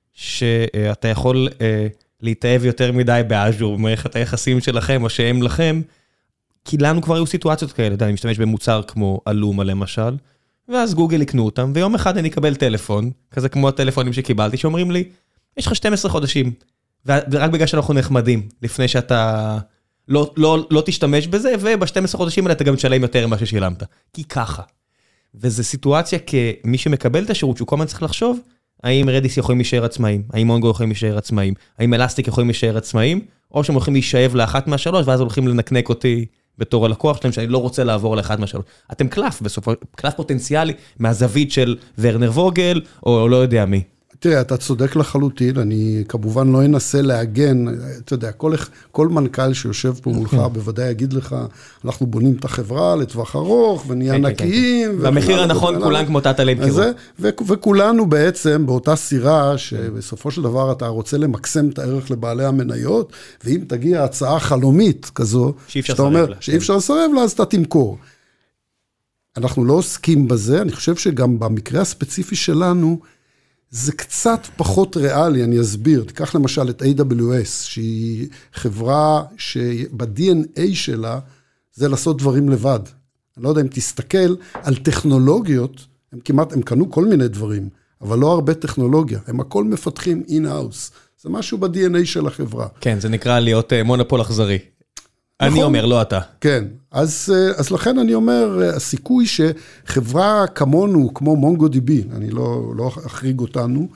שאתה יכול אה, להתאהב יותר מדי באז'ור, במערכת היחסים שלכם או שהם לכם, כי לנו כבר היו סיטואציות כאלה, אני משתמש במוצר כמו אלומה למשל, ואז גוגל יקנו אותם, ויום אחד אני אקבל טלפון, כזה כמו הטלפונים שקיבלתי, שאומרים לי, יש לך שנים עשר חודשים, ורק בגלל שאנחנו נחמדים, לפני שאתה לא, לא, לא תשתמש בזה, וב-שנים עשר חודשים האלה אתה גם תשלם יותר ממה ששילמת, כי ככה. וזו סיטואציה כמי שמקבל את השירות, שהוא כל הזמן צריך לחשוב, האם רדיס יכולים להישאר עצמאים, האם מונגו יכולים להישאר עצמאים, האם אלסטיק יכולים להישאר עצמאים, או שהם הולכים להישאב לאחת מהשלוש, ואז הולכים לנקנק אותי בתור הלקוח שלהם, שאני לא רוצה לעבור לאחת מהשלוש. אתם קלף, בסופו, קלף פוטנציאלי, מהזווית של ורנר ווגל, או לא יודע מי. תראה, אתה צודק לחלוטין, אני כמובן לא אנסה להגן, אתה יודע, כל, כל מנכ"ל שיושב פה מולך, בוודאי יגיד לך, אנחנו בונים את החברה לטווח ארוך, ונהיה נקיים. והמחיר הנכון, כולם כמו תת עליהם קירו. וכולנו בעצם באותה סירה, שבסופו של דבר אתה רוצה למקסם את הערך לבעלי המניות, ואם תגיע הצעה חלומית כזו, שאתה אומר, שאי אפשר לסרב לה, אז אתה תמכור. אנחנו לא עוסקים בזה, אני חושב שגם במקרה הספציפי שלנו, זה קצת פחות ריאלי, אני אסביר. תיקח למשל את איי דאבליו אס, שהיא חברה שב-די אן איי שלה, זה לעשות דברים לבד. אני לא יודע אם תסתכל על טכנולוגיות, הם כמעט, הם קנו כל מיני דברים, אבל לא הרבה טכנולוגיה. הם הכל מפתחים in-house. זה משהו ב-די אן איי של החברה. כן, זה נקרא להיות מונופול אכזרי. אני אומר, לא אתה. כן, אז, אז לכן אני אומר, הסיכוי שחברה כמונו, כמו מונגו די בי, אני לא, לא אחריג אותנו,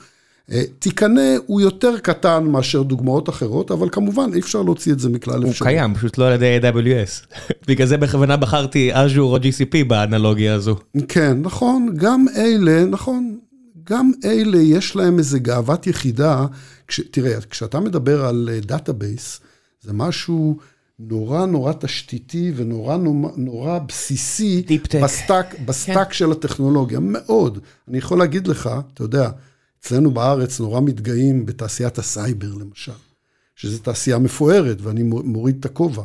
תיקנה הוא יותר קטן מאשר דוגמאות אחרות, אבל כמובן אי אפשר להוציא את זה מכלל אפשר. הוא קיים, פשוט לא על ידי איי דאבליו אס. בגלל זה בכוונה בחרתי Azure או ג'י סי פי באנלוגיה הזו. כן, נכון, גם אלה, נכון, גם אלה יש להם איזה גאוות יחידה, כש, תראה, כשאתה מדבר על דאטאבייס, זה משהו נורא נורא תשתיתי ונורא נורא בסיסי בסטאק, בסטאק של הטכנולוגיה, מאוד. אני יכול להגיד לך, אתה יודע, אצלנו בארץ נורא מתגאים בתעשיית הסייבר למשל, שזו תעשייה מפוארת, ואני מוריד את הכובע.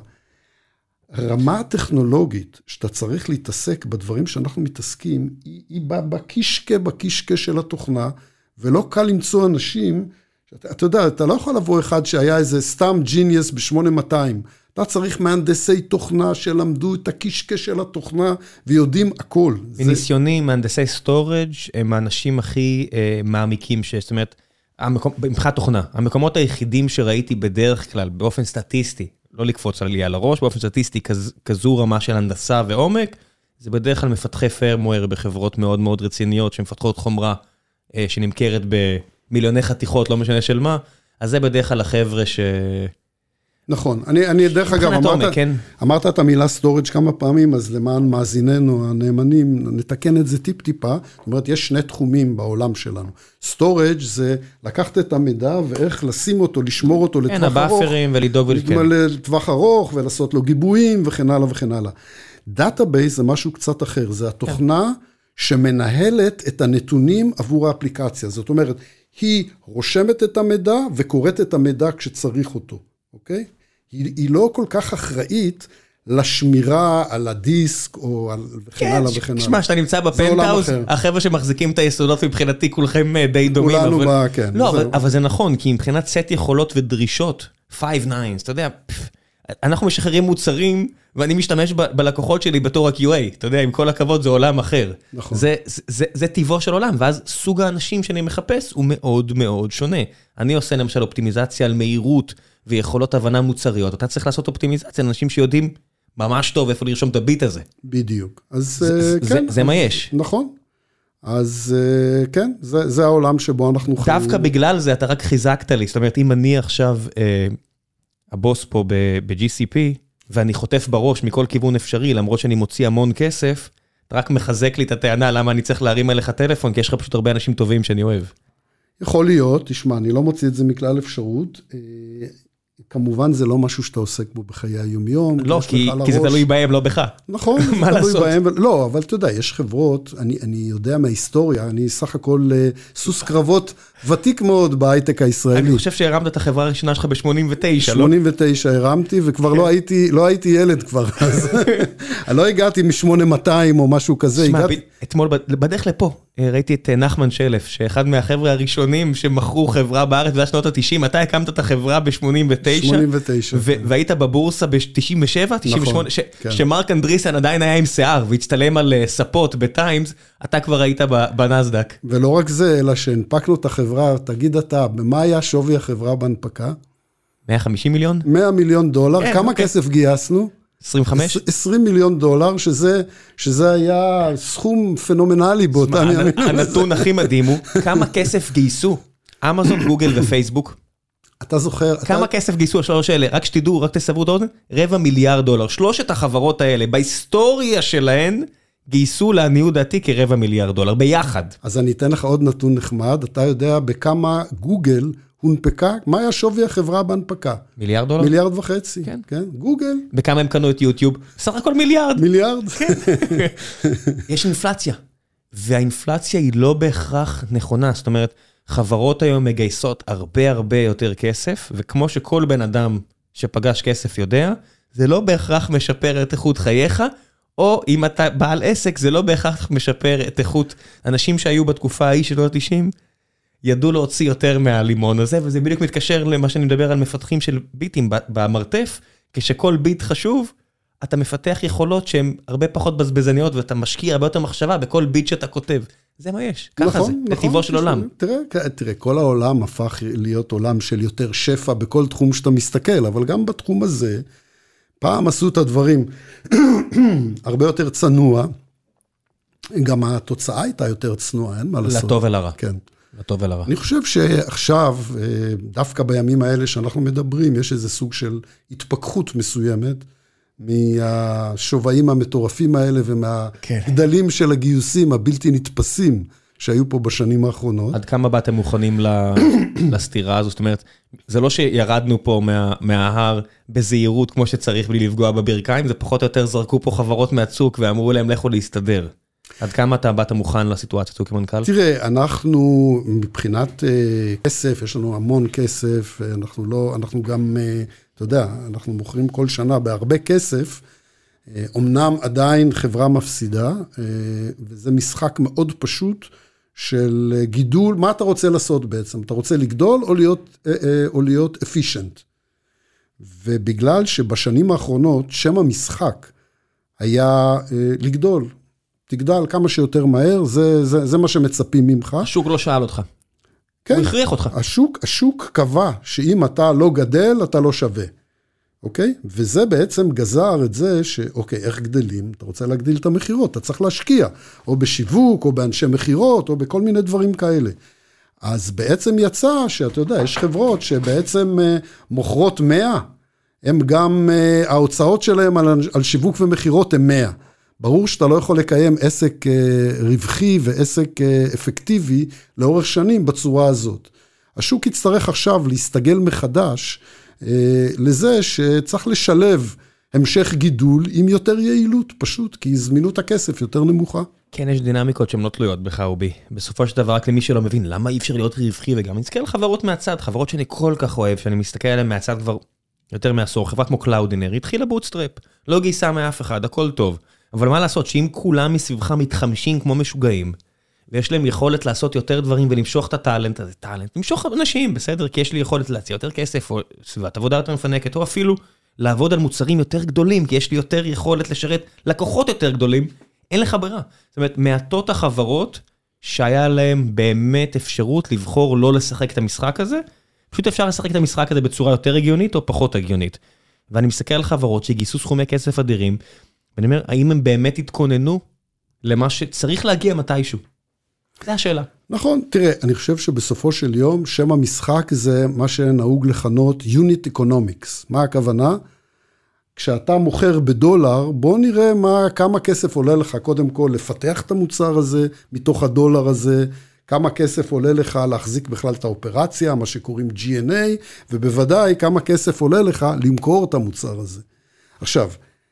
הרמה הטכנולוגית, שאתה צריך להתעסק בדברים שאנחנו מתעסקים, היא, היא בקישקה, בקישקה של התוכנה, ולא קל למצוא אנשים, אתה, אתה יודע, אתה לא יכול לבוא אחד שהיה איזה סתם ג'יניוס ב-שמונה מאתיים, אתה צריך מהנדסי תוכנה שלמדו את הקישקה של התוכנה, ויודעים הכל. בניסיוני, זה... מהנדסי סטורג' הם האנשים הכי אה, מעמיקים שיש, זאת אומרת, המקום, מבחינת תוכנה, המקומות היחידים שראיתי בדרך כלל, באופן סטטיסטי, לא לקפוץ עלי על הראש, באופן סטטיסטי, כז, כזו רמה של הנדסה ועומק, זה בדרך כלל מפתחי פרמוור בחברות מאוד מאוד רציניות, שמפתחות חומרה אה, שנמכרת במיליוני חתיכות, לא משנה של מה, אז זה בדרך כלל החבר'ה ש... נכון, אני, אני דרך אגב, אמרת, כן? אמרת את המילה סטורג' כמה פעמים, אז למען מאזיננו הנאמנים, נתקן את זה טיפ טיפה, זאת אומרת, יש שני תחומים בעולם שלנו. סטורג' זה לקחת את המידע, ואיך לשים אותו, לשמור אותו לטווח ארוך. כן, הבאפרים ולדאוג ולכן. לטווח ארוך, ולעשות לו גיבויים, וכן הלאה וכן הלאה. דאטאבייס זה משהו קצת אחר, זה התוכנה שמנהלת את הנתונים עבור האפליקציה. זאת אומרת, היא רושמת את המידע, וקוראת את המידע כשצריך אותו. אוקיי? היא, היא לא כל כך אחראית לשמירה על הדיסק, או על וכן הלאה וכן הלאה. שמע, שאתה נמצא בפנטהאוס, החבר'ה שמחזיקים את היסודות מבחינתי, כולכם די דומים. כולנו בה, כן. לא, אבל, אבל זה נכון, כי מבחינת סט יכולות ודרישות, פייב ניינס, אתה יודע, אנחנו משחררים מוצרים, ואני משתמש ב- בלקוחות שלי בתור ה-קיו איי, אתה יודע, עם כל הכבוד זה עולם אחר. נכון. זה, זה, זה, זה טבעו של עולם, ואז סוג האנשים שאני מחפש הוא מאוד מאוד שונה. אני עושה למשל אופטימיזציה על מהירות, ויכולות הבנה מוצריות, אתה צריך לעשות אופטימיזציה, אנשים שיודעים ממש טוב איפה לרשום את הביט הזה. בדיוק. אז זה, כן. זה, זה מה יש. נכון. אז כן, זה, זה העולם שבו אנחנו חיים. דווקא בגלל זה אתה רק חיזקת לי, זאת אומרת, אם אני עכשיו, אה, הבוס פה ב-ג'י סי פי, ואני חוטף בראש מכל כיוון אפשרי, למרות שאני מוציא המון כסף, אתה רק מחזק לי את הטענה, למה אני צריך להרים עליך טלפון, כי יש לך פשוט הרבה אנשים טובים שאני אוהב. יכול להיות, תשמע, אני לא מוציא את זה מכלל אפשרות, כמובן זה לא משהו שאתה עוסק בו בחיי היומיום. לא, כי, כי זה תלוי בהם, לא בך. נכון, זה תלוי בהם. לא, אבל אתה יודע, יש חברות, אני, אני יודע מההיסטוריה, אני סך הכל סוס קרבות ותיק מאוד בהייטק הישראלי. אני חושב שהרמת את החברה הראשונה שלך ב-שמונים ותשע, לא? שמונים ותשע הרמתי, וכבר לא הייתי, לא הייתי ילד כבר. אני לא הגעתי מ-שמונה מאתיים או משהו כזה. שמע, אתמול, בדרך לפה, ראיתי את נחמן שלף, שאחד מהחבר'ה הראשונים שמכרו חברה בארץ בשנות ה-תשעים, אתה הקמת את החברה ב-שמונים ותשע, שמונים ותשע, והיית בבורסה ב-תשעים ושבע, תשעים ושמונה, שמרק אנדריסן עדיין היה עם שיער, והצטלם על ספות בטיימס, אתה כבר היית בנסדק. ולא רק זה, אלא שהנפקנו את החברה, תגיד אתה, במה היה שווי החברה בהנפקה? מאה וחמישים מיליון? מאה מיליון דולר, כמה כסף גייסנו? עשרים וחמש? עשרים מיליון דולר, שזה, שזה היה סכום פנומנלי באותם ימים. הנתון הכי מדהים הוא, כמה כסף גייסו אמזון, גוגל ופייסבוק? אתה זוכר... כמה כסף גייסו השלוש האלה? רק שתדעו, רק תסברו את האוזן, רבע מיליארד דולר. שלושת החברות האלה, בהיסטוריה שלהן, גייסו לעניות דעתי כרבע מיליארד דולר, ביחד. אז אני אתן לך עוד נתון נחמד, אתה יודע בכמה גוגל הונפקה, מה היה שווי החברה בהנפקה? מיליארד דולר? מיליארד וחצי, כן. כן, גוגל. בכמה הם קנו את יוטיוב? סך הכל מיליארד. מיליארד. כן. יש אינפלציה, והאינפלציה היא לא בהכרח נכונה, זאת אומרת, חברות היום מגייסות הרבה הרבה יותר כסף, וכמו שכל בן אדם שפגש כסף יודע, זה לא בהכרח משפר את איכות חייך, או אם אתה בעל עסק, זה לא בהכרח משפר את איכות אנשים שהיו בתקופה ההיא של ה-תשעים, ידעו להוציא יותר מהלימון הזה, וזה בדיוק מתקשר למה שאני מדבר על מפתחים של ביטים במרתף, כשכל ביט חשוב, אתה מפתח יכולות שהן הרבה פחות בזבזניות, ואתה משקיע הרבה יותר מחשבה בכל ביט שאתה כותב. זה מה יש, ככה נכון, זה, נכון, בטבעו של עולם. תראה, תראה, כל העולם הפך להיות עולם של יותר שפע בכל תחום שאתה מסתכל, אבל גם בתחום הזה, פעם עשו את הדברים הרבה יותר צנוע, גם התוצאה הייתה יותר צנועה, אין מה לעשות. לטוב ולרע. כן. לטוב ולרע. אני חושב שעכשיו, דווקא בימים האלה שאנחנו מדברים, יש איזה סוג של התפכחות מסוימת, מהשובעים המטורפים האלה, ומהגדלים של הגיוסים הבלתי נתפסים, שהיו פה בשנים האחרונות. עד כמה באתם מוכנים לסתירה הזו? זאת אומרת, זה לא שירדנו פה מההר בזהירות כמו שצריך בלי לפגוע בברכיים, זה פחות או יותר זרקו פה חברות מהצוק ואמרו להם לכו להסתדר. עד כמה אתה באת מוכן לסיטואציה הזו כמנכ"ל? תראה, אנחנו מבחינת uh, כסף, יש לנו המון כסף, אנחנו לא, אנחנו גם, uh, אתה יודע, אנחנו מוכרים כל שנה בהרבה כסף, uh, אמנם עדיין חברה מפסידה, uh, וזה משחק מאוד פשוט של גידול, מה אתה רוצה לעשות בעצם? אתה רוצה לגדול או להיות, uh, uh, או להיות efficient? ובגלל שבשנים האחרונות שם המשחק היה uh, לגדול, תגדל כמה שיותר מהר, זה, זה, זה מה שמצפים ממך. השוק לא שאל אותך. כן. הוא הכריח אותך. השוק, השוק קבע שאם אתה לא גדל, אתה לא שווה. אוקיי? וזה בעצם גזר את זה שאוקיי, איך גדלים? אתה רוצה להגדיל את המחירות, אתה צריך להשקיע, או בשיווק, או באנשי מחירות, או בכל מיני דברים כאלה. אז בעצם יצא שאתה יודע, יש חברות שבעצם מוכרות מאה, הם גם, ההוצאות שלהם על, על שיווק ומחירות הם מאה. ברור שאתה לא יכול לקיים עסק רווחי ועסק אפקטיבי לאורך שנים בצורה הזאת. השוק יצטרך עכשיו להסתגל מחדש לזה שצריך לשלב המשך גידול עם יותר יעילות, פשוט, כי זמינות הכסף יותר נמוכה. כן, יש דינמיקות שהן לא תלויות בך ובי. בסופו של דבר, רק למי שלא מבין, למה אי אפשר להיות רווחי, וגם נזכר לחברות מהצד, חברות שאני כל כך אוהב, שאני מסתכל עליהן מהצד כבר יותר מעשור, חברה כמו קלאודינר, התחילה בוטסטראפ, לא גייסה מאף אחד, הכל טוב. אבל מה לעשות, שאם כולם מסביבך מתחמשים כמו משוגעים, ויש להם יכולת לעשות יותר דברים ולמשוך את הטלנט הזה, טלנט, למשוך אנשים, בסדר, כי יש לי יכולת להציע יותר כסף, או סביבת עבודה יותר מפנקת, או אפילו לעבוד על מוצרים יותר גדולים, כי יש לי יותר יכולת לשרת לקוחות יותר גדולים, אין לך ברירה. זאת אומרת, מעטות החברות שהיה להם באמת אפשרות לבחור לא לשחק את המשחק הזה, פשוט אפשר לשחק את המשחק הזה בצורה יותר הגיונית או פחות הגיונית. ואני מסתכל על חברות שגייסו סכומי כסף אדירים, ואני אומר, האם הם באמת התכוננו למה שצריך להגיע מתישהו? זו השאלה. נכון, תראה, אני חושב שבסופו של יום, שם המשחק זה מה שנהוג לכנות Unit Economics. מה הכוונה? כשאתה מוכר בדולר, בוא נראה מה, כמה כסף עולה לך, קודם כל, לפתח את המוצר הזה, מתוך הדולר הזה, כמה כסף עולה לך להחזיק בכלל את האופרציה, מה שקוראים ג'י אן איי, ובוודאי כמה כסף עולה לך למכור את המוצר הזה. עכשיו,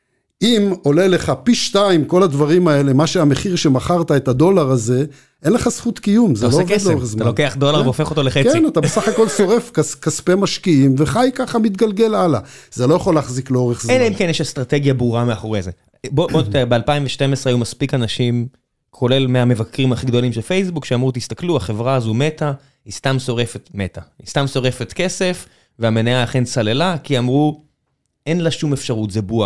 אם עולה לך פי שתיים כל הדברים האלה, מה שהמחיר שמכרת את הדולר הזה, אין לך זכות קיום, זה לא עובד לאורך זמן. אתה לוקח דולר והופך אותו לחצי. כן, אתה בסך הכל שורף כספי משקיעים, וחי ככה מתגלגל הלאה. זה לא יכול להחזיק לאורך זמן. אלא אם כן יש אסטרטגיה ברורה מאחורי זה. בוא תראה, ב-אלפיים ושתים עשרה היו מספיק אנשים, כולל מהמבקרים הכי גדולים של פייסבוק, שאמרו, תסתכלו, החברה הזו מתה, היא סתם שורפת מתה. היא סתם שורפת כסף, והמניה אכן צללה, כי אמרו, אין לה שום אפשרות, זה בועה.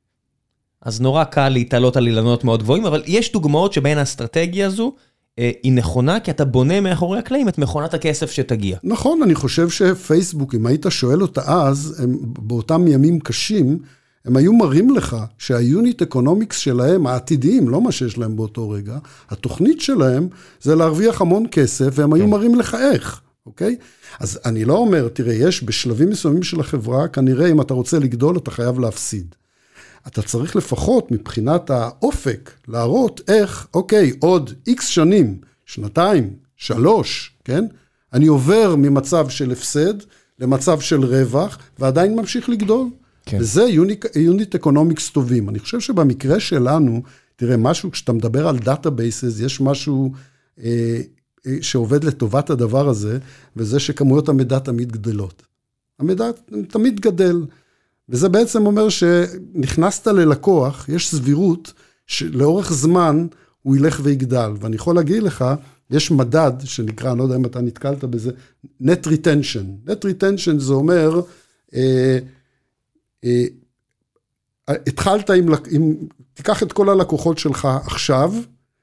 אז נורא קל להתעלות על אילנות מאוד גבוהים, אבל יש דוגמאות שבין האסטרטגיה הזו, אה, היא נכונה, כי אתה בונה מאחורי הקלעים את מכונת הכסף שתגיע. נכון, אני חושב שפייסבוק, אם היית שואל אותה אז, הם, באותם ימים קשים, הם היו מראים לך שהיוניט אקונומיקס שלהם, העתידיים, לא מה שיש להם באותו רגע, התוכנית שלהם זה להרוויח המון כסף, והם היו מראים לך איך, אוקיי? אז אני לא אומר, תראה, יש בשלבים מסוימים של החברה, כנראה אם אתה רוצה לגדול, אתה חייב להפסיד. אתה צריך לפחות מבחינת האופק להראות איך, אוקיי, עוד איקס שנים, שנתיים, שלוש, כן? אני עובר ממצב של הפסד למצב של רווח, ועדיין ממשיך לגדול. כן. וזה יוניט אקונומיקס טובים. אני חושב שבמקרה שלנו, תראה, משהו, כשאתה מדבר על דאטאבייסס, יש משהו אה, אה, שעובד לטובת הדבר הזה, וזה שכמויות המידע תמיד גדלות. המידע תמיד גדל. וזה בעצם אומר שנכנסת ללקוח, יש סבירות שלאורך זמן הוא ילך ויגדל. ואני יכול להגיד לך, יש מדד שנקרא, אני לא יודע אם אתה נתקלת בזה, net retention. net retention זה אומר, אה, אה, התחלת עם, עם, תיקח את כל הלקוחות שלך עכשיו,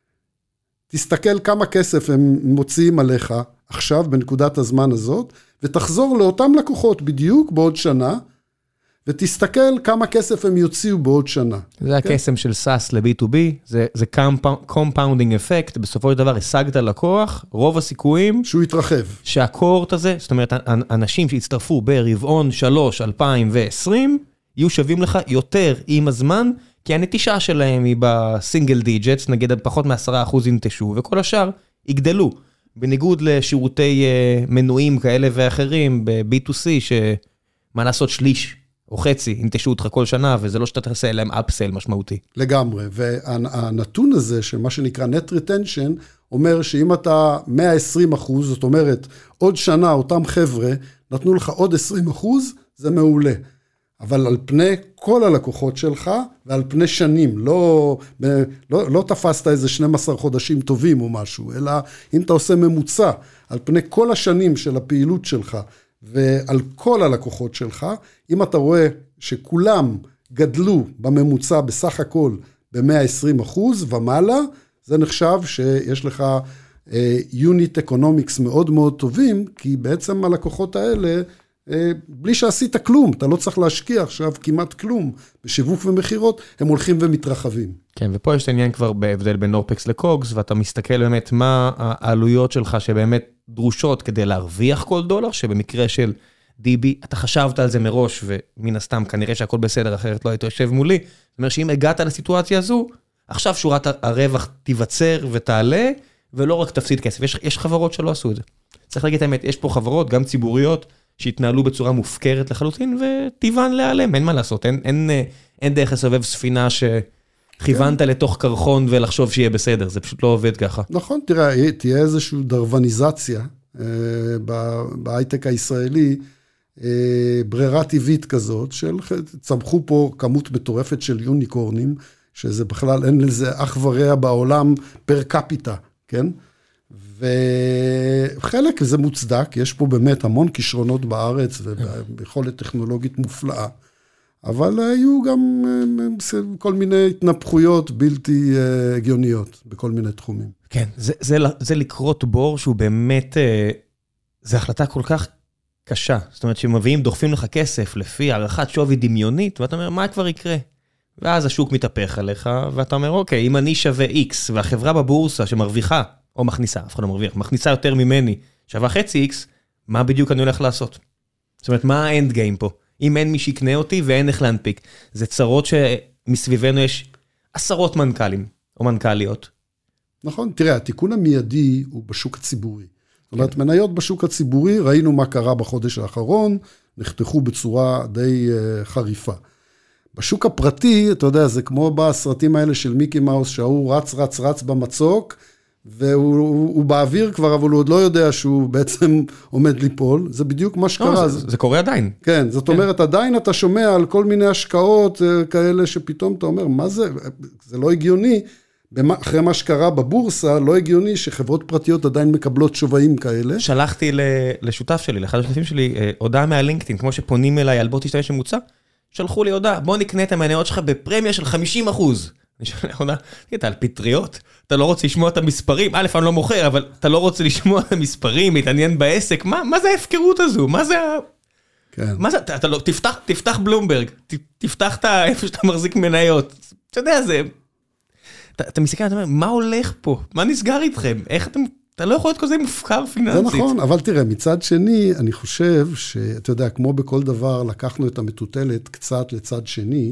תסתכל כמה כסף הם מוציאים עליך עכשיו בנקודת הזמן הזאת, ותחזור לאותם לקוחות בדיוק בעוד שנה, ותסתכל כמה כסף הם יוציאו בעוד שנה. זה הקסם של סאס ל-בי טו בי, זה compounding effect, בסופו של דבר השגת לקוח, רוב הסיכויים... שהוא יתרחב. שהקורט הזה, זאת אומרת, אנשים שהצטרפו ברבעון שלוש אלפיים ועשרים, יהיו שווים לך יותר עם הזמן, כי הנטישה שלהם היא בסינגל דיג'טס, נגיד פחות מעשרה אחוז ינטשו, וכל השאר יגדלו. בניגוד לשירותי מנויים כאלה ואחרים, ב-בי טו סי, שמה לעשות שליש, או חצי, ינטשו אותך כל שנה, וזה לא שאתה תעשה להם אפסל משמעותי. לגמרי, והנתון הזה, שמה שנקרא net retention, אומר שאם אתה מאה ועשרים אחוז, זאת אומרת, עוד שנה אותם חבר'ה, נתנו לך עוד עשרים אחוז, זה מעולה. אבל על פני כל הלקוחות שלך, ועל פני שנים, לא, לא, לא תפסת איזה שנים עשר חודשים טובים או משהו, אלא אם אתה עושה ממוצע, על פני כל השנים של הפעילות שלך, ועל כל הלקוחות שלך, אם אתה רואה שכולם גדלו בממוצע בסך הכל ב-מאה ועשרים אחוז ומעלה, זה נחשב שיש לך יוניט אקונומיקס מאוד מאוד טובים, כי בעצם הלקוחות האלה, בלי שעשית כלום, אתה לא צריך להשקיע עכשיו כמעט כלום, בשיווק ומחירות, הם הולכים ומתרחבים. כן, ופה יש את העניין כבר בהבדל בין אופקס לקוגס, ואתה מסתכל באמת מה העלויות שלך שבאמת דרושות כדי להרוויח כל דולר, שבמקרה של די בי, אתה חשבת על זה מראש, ומן הסתם כנראה שהכל בסדר, אחרת לא היית יושב מולי. זאת אומרת שאם הגעת לסיטואציה הזו, עכשיו שורת הרווח תיווצר ותעלה, ולא רק תפסיד כסף. יש, יש חברות שלא עשו את זה. צריך להגיד האמת, יש פה חברות, גם ציבוריות, שהתנהלו בצורה מופקרת לחלוטין, וטיבן להיעלם, אין מה לעשות, אין, אין, אין דרך לסובב ספינה שכיוונת כן. לתוך קרחון ולחשוב שיהיה בסדר, זה פשוט לא עובד ככה. נכון, תראה, תהיה איזושהי דרווניזציה אה, בהייטק הישראלי, אה, ברירה טבעית כזאת, של צמחו פה כמות מטורפת של יוניקורנים, שזה בכלל אין לזה אח ורע בעולם פר קפיטה, כן? וחלק זה מוצדק, יש פה באמת המון כישרונות בארץ, וביכולת טכנולוגית מופלאה, אבל היו גם כל מיני התנפחויות בלתי הגיוניות, בכל מיני תחומים. כן, זה, זה, זה לקרות בור שהוא באמת, זה החלטה כל כך קשה, זאת אומרת שמביאים, דוחפים לך כסף לפי הערכת שווי דמיונית, ואתה אומר, מה כבר יקרה? ואז השוק מתהפך עליך, ואתה אומר, אוקיי, אם אני שווה X, והחברה בבורסה שמרוויחה, או מכניסה, אף אחד לא מרוויח, מכניסה יותר ממני, שווה חצי X, מה בדיוק אני הולך לעשות? זאת אומרת, מה האנד גיים פה? אם אין מי שיקנה אותי ואין איך להנפיק. זה צרות שמסביבנו יש עשרות מנכ"לים, או מנכ"ליות. נכון, תראה, התיקון המיידי הוא בשוק הציבורי. זאת אומרת, מניות בשוק הציבורי, ראינו מה קרה בחודש האחרון, נחתכו בצורה די חריפה. בשוק הפרטי, אתה יודע, זה כמו בסרטים האלה של מיקי מאוס, שהוא רץ, רץ, רץ במצוק, והוא הוא באוויר כבר, אבל הוא עוד לא יודע שהוא בעצם עומד ליפול. זה בדיוק מה שקרה. לא, זה, זה קורה עדיין. כן, זאת כן. אומרת, עדיין אתה שומע על כל מיני השקעות כאלה, שפתאום אתה אומר, מה זה? זה לא הגיוני. אחרי מה שקרה בבורסה, לא הגיוני שחברות פרטיות עדיין מקבלות שווים כאלה. שלחתי לשותף שלי, לאחד השותפים שלי, הודעה מהלינקדאין, כמו שפונים אליי על בוא תשתמש ממוצע, שלחו לי הודעה, בוא נקנה את המניות שלך בפרמיה של חמישים אחוז. אני שואל הודעה, אתה על פטריות? אתה לא רוצה לשמוע את המספרים? א', אני לא מוכר, אבל אתה לא רוצה לשמוע את המספרים, להתעניין בעסק, מה, מה זה ההפקרות הזו? מה זה ה... כן. מה זה, אתה, אתה לא, תפתח, תפתח בלומברג, ת, תפתח את איפה שאתה מחזיק מניות. אתה יודע, זה... אתה, אתה מסתכל, אתה אומר, מה הולך פה? מה נסגר איתכם? איך אתם... אתה לא יכול להיות כזה מופקר פיננסית. זה נכון, אבל תראה, מצד שני, אני חושב שאתה יודע, כמו בכל דבר, לקחנו את המטוטלת קצת לצד שני,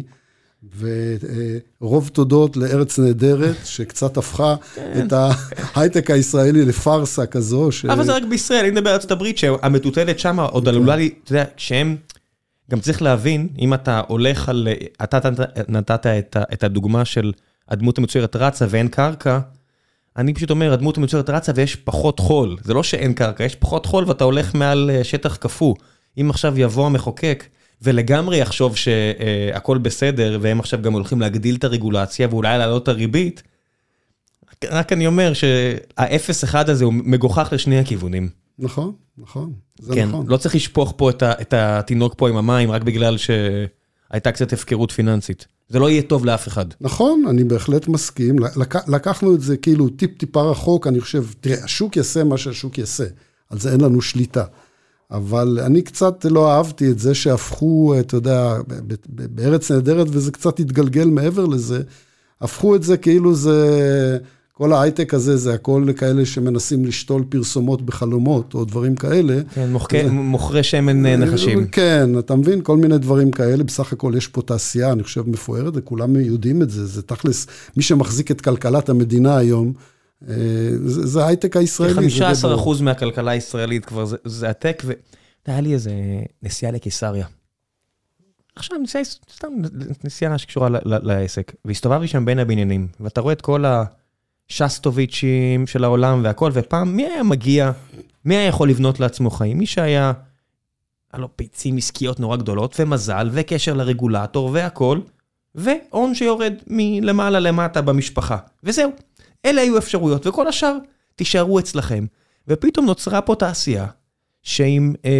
ורוב תודות לארץ נהדרת, שקצת הפכה את ההייטק הישראלי לפרסה כזו. אבל זה רק בישראל, אני מדבר על ארצות הברית, שהמטוטלת שם עוד עלולה לי, אתה יודע, שהם, גם צריך להבין, אם אתה הולך על, אתה נתת את הדוגמה של הדמות המצוירת רצה ואין קרקע, אני פשוט אומר, הדמות המצוירת רצה ויש פחות חול. זה לא שאין קרקע, יש פחות חול ואתה הולך מעל שטח קפוא. אם עכשיו יבוא המחוקק ולגמרי יחשוב שהכל בסדר, והם עכשיו גם הולכים להגדיל את הרגולציה ואולי להעלות את הריבית, רק אני אומר שה-אפס אחד הזה הוא מגוחך לשני הכיוונים. נכון, נכון. זה כן, נכון. לא צריך לשפוך פה את התינוק פה עם המים, רק בגלל שהייתה קצת הפקרות פיננסית. זה לא יהיה טוב לאף אחד. נכון, אני בהחלט מסכים. לק, לקחנו את זה כאילו טיפ טיפה רחוק, אני חושב, תראה, השוק יעשה מה שהשוק יעשה. על זה אין לנו שליטה. אבל אני קצת לא אהבתי את זה שהפכו, אתה יודע, בארץ נהדרת, וזה קצת התגלגל מעבר לזה, הפכו את זה כאילו זה, כל ההייטק הזה, זה הכל כאלה שמנסים לשתול פרסומות בחלומות, או דברים כאלה. כן, מוכרי, מוכרי שמן נחשים. כן, אתה מבין, כל מיני דברים כאלה, בסך הכל יש פה תעשייה, אני חושב, מפוארת, וכולם יודעים את זה, זה תכלס, מי שמחזיק את כלכלת המדינה היום, זה, זה הייטק הישראלי. חמישה עשר אחוז מהכלכלה הישראלית כבר, זה, זה הטק, והיה לי איזה נסיעה לקיסריה. עכשיו נסיעה, סתם נסיעה שקשורה לעסק, והסתובבתי שם בין הבניינים, ואתה רואה את כל השסטוביצ'ים של העולם והכל, ופעם מי היה מגיע, מי היה יכול לבנות לעצמו חיים? מי שהיה, היה לו ביצים עסקיות נורא גדולות, ומזל, וקשר לרגולטור, והכל, והון שיורד מלמעלה למטה במשפחה. וזהו, אלה היו אפשרויות, וכל השאר תישארו אצלכם. ופתאום נוצרה פה תעשייה, שעם אה,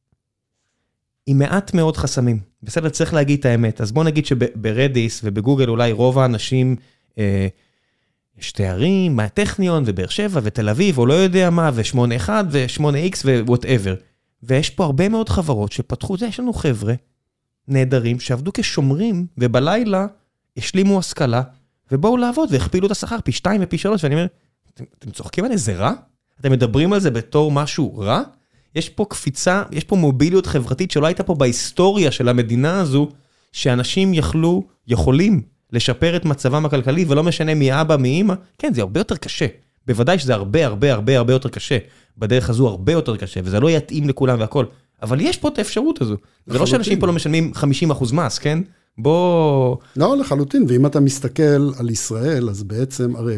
עם מעט מאוד חסמים. בסדר, צריך להגיד את האמת. אז בוא נגיד שברדיס ובגוגל אולי רוב האנשים, אה, יש תארים, מהטכניון ובאר שבע ותל אביב, או לא יודע מה, ו-שמונה אחת ו-שמונה איקס ו-whatever. ויש פה הרבה מאוד חברות שפתחו, זה יש לנו חבר'ה נהדרים שעבדו כשומרים, ובלילה השלימו השכלה, ובואו לעבוד והכפילו את השכר פי שתיים ופי שלוש, ואני אומר, אתם, אתם צוחקים על איזה רע? אתם מדברים על זה בתור משהו רע? יש פה קפיצה, יש פה מוביליות חברתית שלא הייתה פה בהיסטוריה של המדינה הזו, שאנשים יכלו, יכולים לשפר את מצבם הכלכלי, ולא משנה מי אבא, מי אמא, כן, זה הרבה יותר קשה. בוודאי שזה הרבה, הרבה, הרבה, הרבה יותר קשה. בדרך הזו הרבה יותר קשה, וזה לא יתאים לכולם והכל. אבל יש פה את האפשרות הזו. זה לא שאנשים פה לא משלמים חמישים אחוז מס, כן? בוא... לא, לחלוטין. ואם אתה מסתכל על ישראל, אז בעצם, הרי,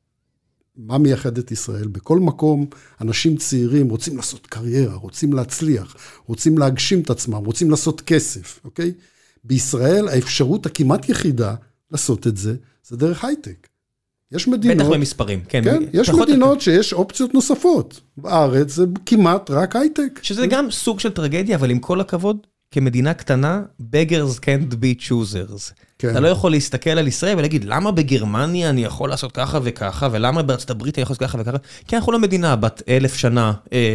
מה מייחד את ישראל? בכל מקום, אנשים צעירים רוצים לעשות קריירה, רוצים להצליח, רוצים להגשים את עצמם, רוצים לעשות כסף, אוקיי? בישראל, האפשרות הכמעט יחידה לעשות את זה, זה דרך הייטק. יש מדינות... בטח במספרים, כן. כן, יש מדינות שיש אופציות נוספות. בארץ זה כמעט רק הייטק. שזה גם סוג של טרגדיה, אבל עם כל הכבוד, כמדינה קטנה, beggars can't be choosers. אתה לא יכול להסתכל על ישראל ולהגיד, למה בגרמניה אני יכול לעשות ככה וככה, ולמה בארצות הברית אני יכול לעשות ככה וככה? כי אנחנו לא מדינה בת אלף שנה,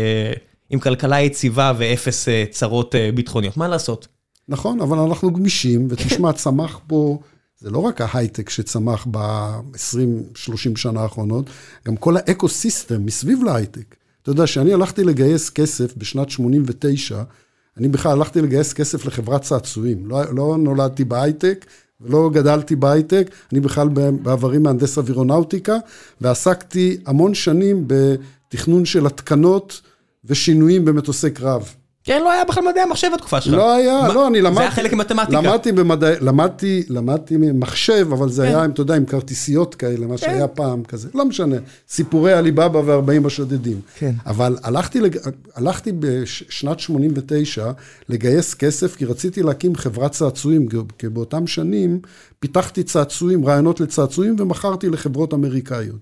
עם כלכלה יציבה ואפס צרות ביטחוניות. מה לעשות? נכון, אבל אנחנו גמישים, ותשמע, צמח פה... זה לא רק ההייטק שצמח ב-עשרים שלושים שנה האחרונות, גם כל האקוסיסטם מסביב להייטק. אתה יודע, שאני הלכתי לגייס כסף בשנת שמונים ותשע, אני בכלל הלכתי לגייס כסף לחברת צעצועים. לא, לא נולדתי בהייטק, ולא גדלתי בהייטק, אני בכלל בעברי מהנדס אווירונאוטיקה, ועסקתי המון שנים בתכנון של התקנות ושינויים במטוסי קרב. כן, לא היה בכלל מדעי המחשב התקופה שלך. לא היה, לא, אני למדתי... זה היה חלק ממתמטיקה. למדתי במדעי, למדתי, למדתי ממחשב, אבל זה היה, אתה יודע, עם כרטיסיות כאלה, מה שהיה פעם כזה. לא משנה, סיפורי עליבאבא וארבעים השודדים. כן. אבל הלכתי, הלכתי בשנת שמונים ותשע לגייס כסף, כי רציתי להקים חברת צעצועים, כי באותם שנים פיתחתי צעצועים, רעיונות לצעצועים, ומכרתי לחברות אמריקאיות.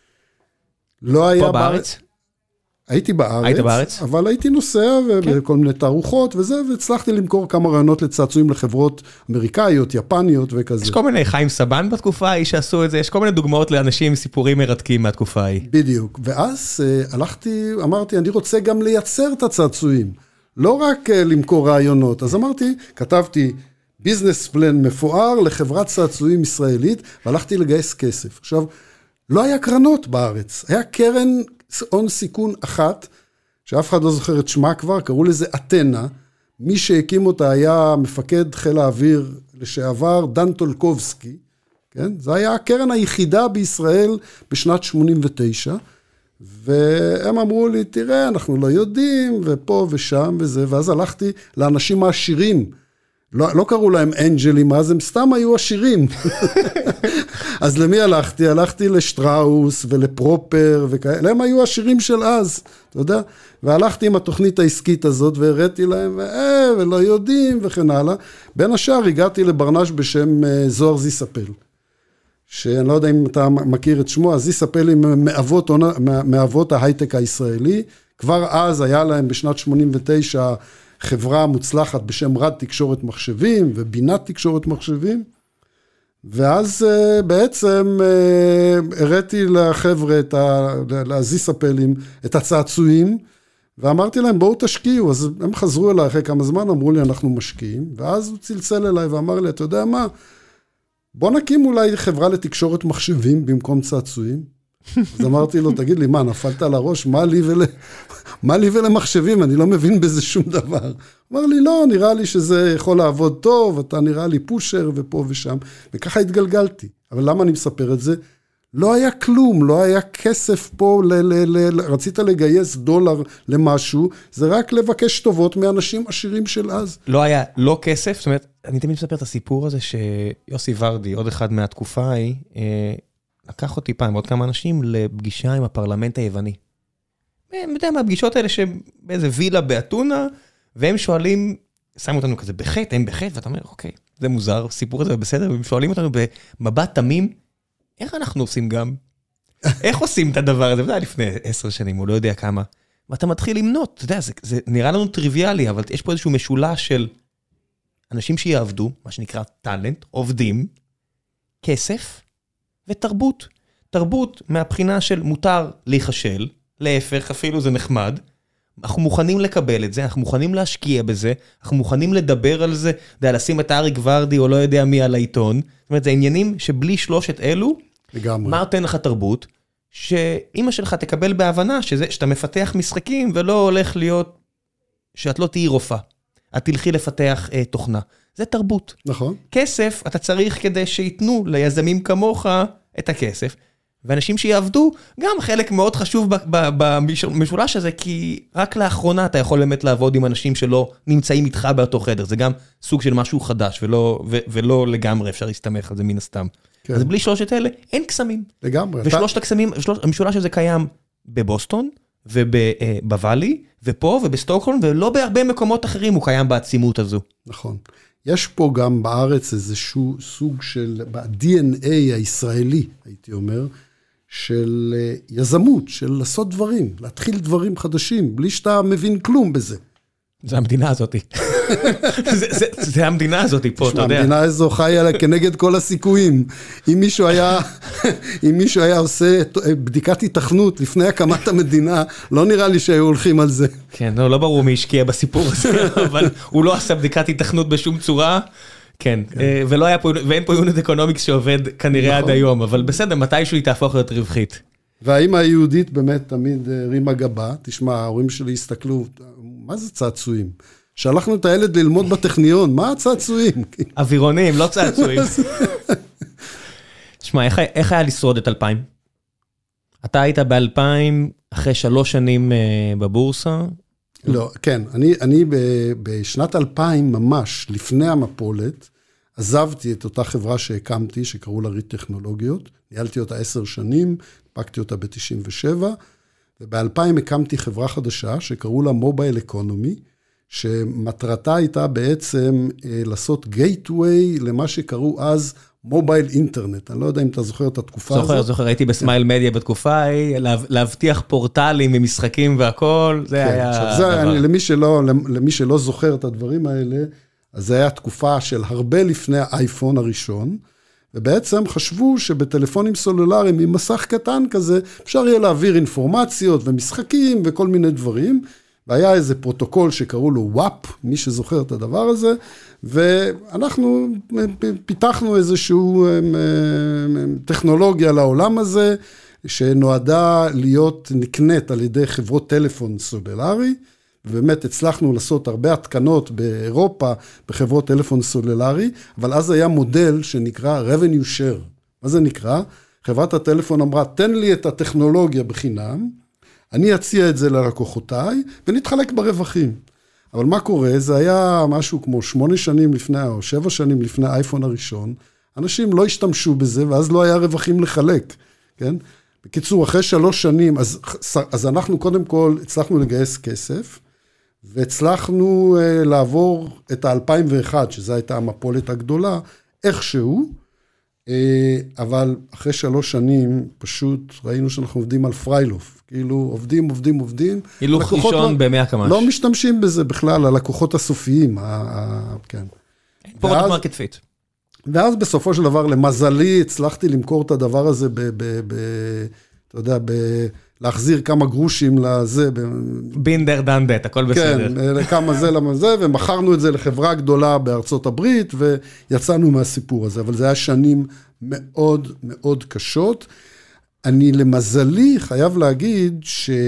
לא היה... פה בארץ? הייתי בארץ, היית בארץ? אבל הייתי נוסע וכל מיני תערוכות וזה, והצלחתי למכור כמה רעיונות לצעצועים לחברות אמריקאיות, יפניות וכזה. יש כל מיני חיים סבן בתקופה ההיא שעשו את זה, יש כל מיני דוגמאות לאנשים עם סיפורים מרתקים מהתקופה ההיא. בדיוק, ואז הלכתי, אמרתי, אני רוצה גם לייצר את הצעצועים, לא רק למכור רעיונות. אז אמרתי, כתבתי ביזנס פלן מפואר לחברת צעצועים ישראלית, והלכתי לגייס כסף. עכשיו, לא היה קרנות בארץ, היה קרן הון סיכון אחת, שאף אחד לא זוכר את שמה כבר, קראו לזה אתנה, מי שהקים אותה היה מפקד חיל האוויר לשעבר, דן טולקובסקי, כן? זה היה הקרן היחידה בישראל בשנת שמונים ותשע, והם אמרו לי, תראה, אנחנו לא יודעים, ופה ושם וזה, ואז הלכתי לאנשים העשירים, לא, לא קראו להם אנג'לים, אז הם סתם היו עשירים. אז למי הלכתי? הלכתי לשטראוס ולפרופר וכאלה, הם היו עשירים של אז, אתה יודע? והלכתי עם התוכנית העסקית הזאת והראיתי להם, אה, ולא יודעים וכן הלאה. בין השאר הגעתי לברנש בשם זוהר זיספל, שאני לא יודע אם אתה מכיר את שמו, אז זיספל הם מאבות, מאבות ההייטק הישראלי, כבר אז היה להם בשנת שמונים ותשע חברה מוצלחת בשם רד תקשורת מחשבים ובינת תקשורת מחשבים, ואז בעצם הראיתי לחבר'ה, לזיספלים, את הצעצועים, ואמרתי להם בואו תשקיעו, אז הם חזרו אליי אחרי כמה זמן, אמרו לי אנחנו משקיעים, ואז הוא צלצל אליי ואמר לי, אתה יודע מה, בוא נקים אולי חברה לתקשורת מחשבים במקום צעצועים, אז אמרתי לו, תגיד לי, מה, נפלת על הראש? מה לי, ול... מה לי ולמחשבים? אני לא מבין בזה שום דבר. אמר לי, לא, נראה לי שזה יכול לעבוד טוב, אתה נראה לי פושר ופה ושם, וככה התגלגלתי. אבל למה אני מספר את זה? לא היה כלום, לא היה כסף פה, ל- ל- ל- רצית לגייס דולר למשהו, זה רק לבקש טובות מאנשים עשירים של אז. לא היה לא כסף, זאת אומרת, אני תמיד מספר את הסיפור הזה שיוסי ורדי, עוד אחד מהתקופה ההיא, לקח אותי פעם, עוד כמה אנשים, לפגישה עם הפרלמנט היווני. אני יודע מה, הפגישות האלה שבאיזה וילה באתונה, והם שואלים, שמו אותנו כזה בחטא, הם בחטא, ואתה אומר, אוקיי, זה מוזר, סיפור הזה בסדר, והם שואלים אותנו במבט תמים, איך אנחנו עושים גם? איך עושים את הדבר הזה? זה היה לפני עשר שנים, הוא לא יודע כמה. ואתה מתחיל למנות, אתה יודע, זה, זה נראה לנו טריוויאלי, אבל יש פה איזשהו משולש של אנשים שיעבדו, מה שנקרא טלנט, עובדים, כסף ותרבות. תרבות מהבחינה של מותר להיחשל, להפך, אפילו זה נחמד, אנחנו מוכנים לקבל את זה, אנחנו מוכנים להשקיע בזה, אנחנו מוכנים לדבר על זה, די, לשים את אריק ורדי או לא יודע מי על העיתון, זאת אומרת, זה עניינים שבלי שלושת אלו, לגמרי. מה נותן לך תרבות, שאמא שלך תקבל בהבנה, שזה, שאתה מפתח משחקים, ולא הולך להיות, שאת לא תהיי רופאה, את תלכי לפתח אה, תוכנה, זה תרבות. נכון. כסף, אתה צריך כדי שיתנו ליזמים כמוך את הכסף, ואנשים שיעבדו, גם חלק מאוד חשוב במשולש הזה, כי רק לאחרונה אתה יכול באמת לעבוד עם אנשים שלא נמצאים איתך באותו חדר, זה גם סוג של משהו חדש, ולא, ו, ולא לגמרי אפשר להסתמך על זה מן הסתם. כן. אז בלי שלושת אלה, אין קסמים. לגמרי. ושלושת אתה... הקסמים, שלוש, המשולש הזה קיים בבוסטון, ובוואלי, ופה, ובסטוקהולם, ולא בהרבה מקומות אחרים הוא קיים בעצימות הזו. נכון. יש פה גם בארץ איזשהו סוג של, ב-די אן איי הישראלי, הייתי אומר, של יזמות, של לעשות דברים, להתחיל דברים חדשים, בלי שאתה מבין כלום בזה. זה המדינה הזאת. זה, זה, זה המדינה הזאת פה, אתה יודע. המדינה הזו חיה כנגד כל הסיכויים. אם מישהו היה, אם מישהו היה עושה בדיקת התכנות לפני הקמת המדינה, לא נראה לי שהיו הולכים על זה. כן, לא, לא ברור מי השקיע בסיפור הזה, אבל הוא לא עשה בדיקת התכנות בשום צורה. כן, ולא היה פה, ואין פה יוניט אקונומיקס שעובד כנראה עד היום, אבל בסדר, מתישהו היא תהפוך להיות רווחית. והאמא היהודית באמת תמיד רימה גבה, תשמע, ההורים שלי הסתכלו, מה זה צעצועים? שלחנו את הילד ללמוד בטכניון, מה הצעצועים? אווירונים, לא צעצועים. תשמע, איך, איך היה לשרוד את אלפיים? אתה היית ב-אלפיים, אחרי שלוש שנים בבורסה? לא, כן, אני, אני בשנת אלפיים ממש, לפני המפולת, עזבתי את אותה חברה שהקמתי, שקראו לה ריט טכנולוגיות, ניהלתי אותה עשר שנים, פקתי אותה ב-תשעים ושבע, וב-אלפיים הקמתי חברה חדשה, שקראו לה מובייל אקונומי, שמטרתה הייתה בעצם אה, לעשות גייטווי למה שקראו אז מובייל אינטרנט. אני לא יודע אם אתה זוכר את התקופה זוכר, הזאת. זוכר, הייתי בסמייל מדיה בתקופה ההיא, לה, להבטיח פורטלים ממשחקים והכל, זה כן, היה... עכשיו, זה, אני, למי, שלא, למי שלא זוכר את הדברים האלה, אז זה היה תקופה של הרבה לפני האייפון הראשון, ובעצם חשבו שבטלפונים סלולריים עם מסך קטן כזה, אפשר יהיה להעביר אינפורמציות ומשחקים וכל מיני דברים, והיה איזה פרוטוקול שקראו לו וואפ, מי שזוכר את הדבר הזה, ואנחנו פיתחנו איזשהו טכנולוגיה לעולם הזה, שנועדה להיות נקנית על ידי חברות טלפון סלולרי, ובאמת הצלחנו לעשות הרבה התקנות באירופה בחברות טלפון סלולרי, אבל אז היה מודל שנקרא revenue share. מה זה נקרא? חברת הטלפון אמרה, תן לי את הטכנולוגיה בחינם, אני אציע את זה ללקוחותיי, ונתחלק ברווחים. אבל מה קורה? זה היה משהו כמו שמונה שנים לפני, או שבע שנים לפני האייפון הראשון, אנשים לא השתמשו בזה, ואז לא היה רווחים לחלק, כן? בקיצור, אחרי שלוש שנים, אז, אז אנחנו קודם כל הצלחנו לגייס כסף, והצלחנו uh, לעבור את ה-אלפיים ואחת, שזו הייתה המפולת הגדולה, איכשהו, uh, אבל אחרי שלוש שנים פשוט ראינו שאנחנו עובדים על פריילוף, כאילו עובדים, עובדים, עובדים. הילוך ראשון לא, במאה קמ"ש. לא משתמשים בזה בכלל, הלקוחות הסופיים, ה- ה- כן. פרודקט מרקט פיט. ואז בסופו של דבר, למזלי, הצלחתי למכור את הדבר הזה ב... ב, ב אתה יודע, ב... להחזיר כמה גרושים לזה. בינדר דנדט, הכל בסדר. כן, כמה זה למה זה, ומכרנו את זה לחברה גדולה בארצות הברית, ויצאנו מהסיפור הזה, אבל זה היה שנים מאוד מאוד קשות. אני למזלי חייב להגיד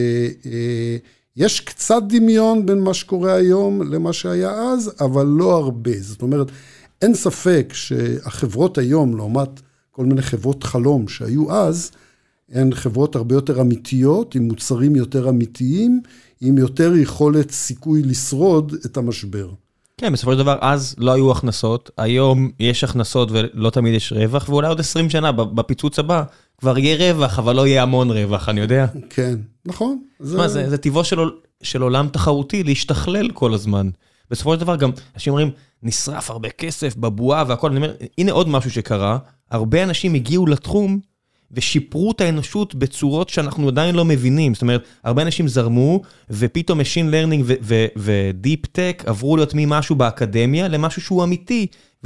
שיש קצת דמיון בין מה שקורה היום למה שהיה אז, אבל לא הרבה. זאת אומרת, אין ספק שהחברות היום, לעומת כל מיני חברות חלום שהיו אז, הן חברות הרבה יותר אמיתיות, עם מוצרים יותר אמיתיים, עם יותר יכולת סיכוי לשרוד את המשבר. כן, בסופו של דבר, אז לא היו הכנסות, היום יש הכנסות ולא תמיד יש רווח, ואולי עוד עשרים שנה בפיצוץ הבא, כבר יהיה רווח, אבל לא יהיה המון רווח, אני יודע. כן, נכון. זה, זה, זה טבעו של, של עולם תחרותי להשתכלל כל הזמן. בסופו של דבר גם, אנשים אומרים, נשרף הרבה כסף בבועה והכל, אני אומר, הנה עוד משהו שקרה, הרבה אנשים הגיעו לתחום, ושיפרו את האנושות בצורות שאנחנו עדיין לא מבינים. זאת אומרת, הרבה אנשים זרמו, ופתאום Machine Learning ו-Deep Tech עברו להיות ממשהו באקדמיה, למשהו שהוא אמיתי,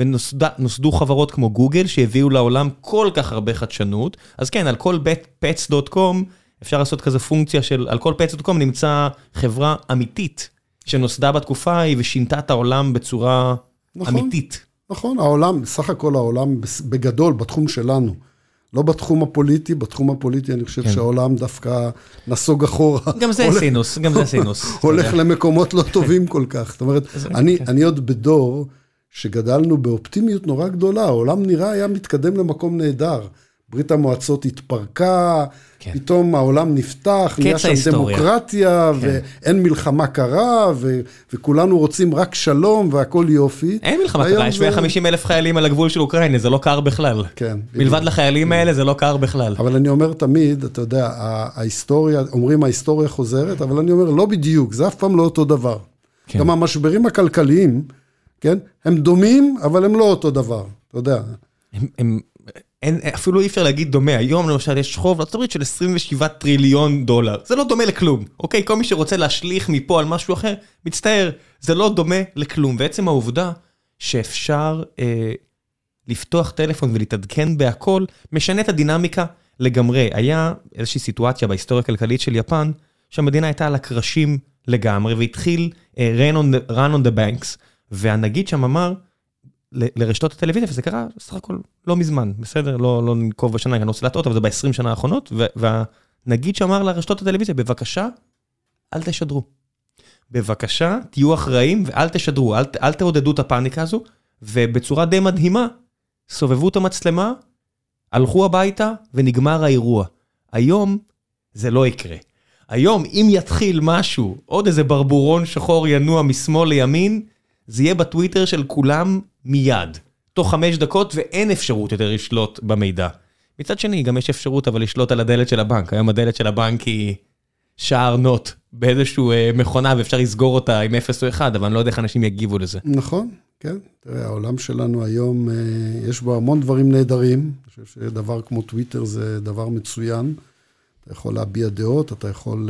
ונוסדו חברות כמו גוגל, שהביאו לעולם כל כך הרבה חדשנות. אז כן, על כל פטס דוט קום, אפשר לעשות כזה פונקציה של, על כל פטס דוט קום נמצא חברה אמיתית, שנוסדה בתקופה ההיא, ושינתה את העולם בצורה נכון, אמיתית. נכון, העולם, סך הכל העולם בגדול, בתחום שלנו, לא בתחום הפוליטי, בתחום הפוליטי אני חושב שהעולם דווקא נסוג אחורה. גם זה סינוס, גם זה סינוס. הולך למקומות לא טובים כל כך. זאת אומרת, אני עוד בדור שגדלנו באופטימיות נורא גדולה, העולם נראה היה מתקדם למקום נהדר. ברית המועצות התפרקה, פתאום העולם נפתח, נהיה שם דמוקרטיה, ואין מלחמה קרה, וכולנו רוצים רק שלום, והכל יופי. אין מלחמה קרה, יש מאה וחמישים אלף חיילים על הגבול של אוקראינה, זה לא קר בכלל. כן. מלבד לחיילים האלה, זה לא קר בכלל. אבל אני אומר תמיד, אתה יודע, ההיסטוריה, אומרים ההיסטוריה חוזרת, אבל אני אומר, לא בדיוק, זה אף פעם לא אותו דבר. גם המשברים הכלכליים, כן, הם דומים, אבל הם לא אותו דבר, אתה יודע. הם... אין, אפילו אי אפשר להגיד דומה, היום למשל יש חוב לארצות הברית של עשרים ושבעה טריליון דולר, זה לא דומה לכלום, אוקיי? כל מי שרוצה להשליך מפה על משהו אחר, מצטער, זה לא דומה לכלום, ועצם העובדה שאפשר אה, לפתוח טלפון ולהתעדכן בהכל, משנה את הדינמיקה לגמרי. היה איזושהי סיטואציה בהיסטוריה הכלכלית של יפן, שהמדינה הייתה על הקרשים לגמרי, והתחיל אה, run, on the, run on the banks, והנגיד שם אמר, לרשתות הטלוויזיה, וזה קרה סך הכל לא מזמן, בסדר? לא, לא נקוב בשנה, אני לא רוצה להטעות, אבל זה ב-עשרים שנה האחרונות, והנגיד שאמר לרשתות הטלוויזיה, בבקשה, אל תשדרו. בבקשה, תהיו אחראים ואל תשדרו, אל, אל תעודדו את הפאניקה הזו, ובצורה די מדהימה, סובבו את המצלמה, הלכו הביתה, ונגמר האירוע. היום זה לא יקרה. היום, אם יתחיל משהו, עוד איזה ברבורון שחור ינוע משמאל לימין, זה יהיה בטוויטר של כולם מיד, תוך חמש דקות, ואין אפשרות יותר לשלוט במידע. מצד שני, גם יש אפשרות, אבל לשלוט על הדלת של הבנק. היום הדלת של הבנק היא שער נוט, באיזשהו מכונה, ואפשר לסגור אותה עם אפס או אחד, אבל אני לא יודע איך אנשים יגיבו לזה. נכון, כן. תראה, העולם שלנו היום, יש בו המון דברים נהדרים. אני חושב שדבר כמו טוויטר זה דבר מצוין. אתה יכול להביע דעות, אתה יכול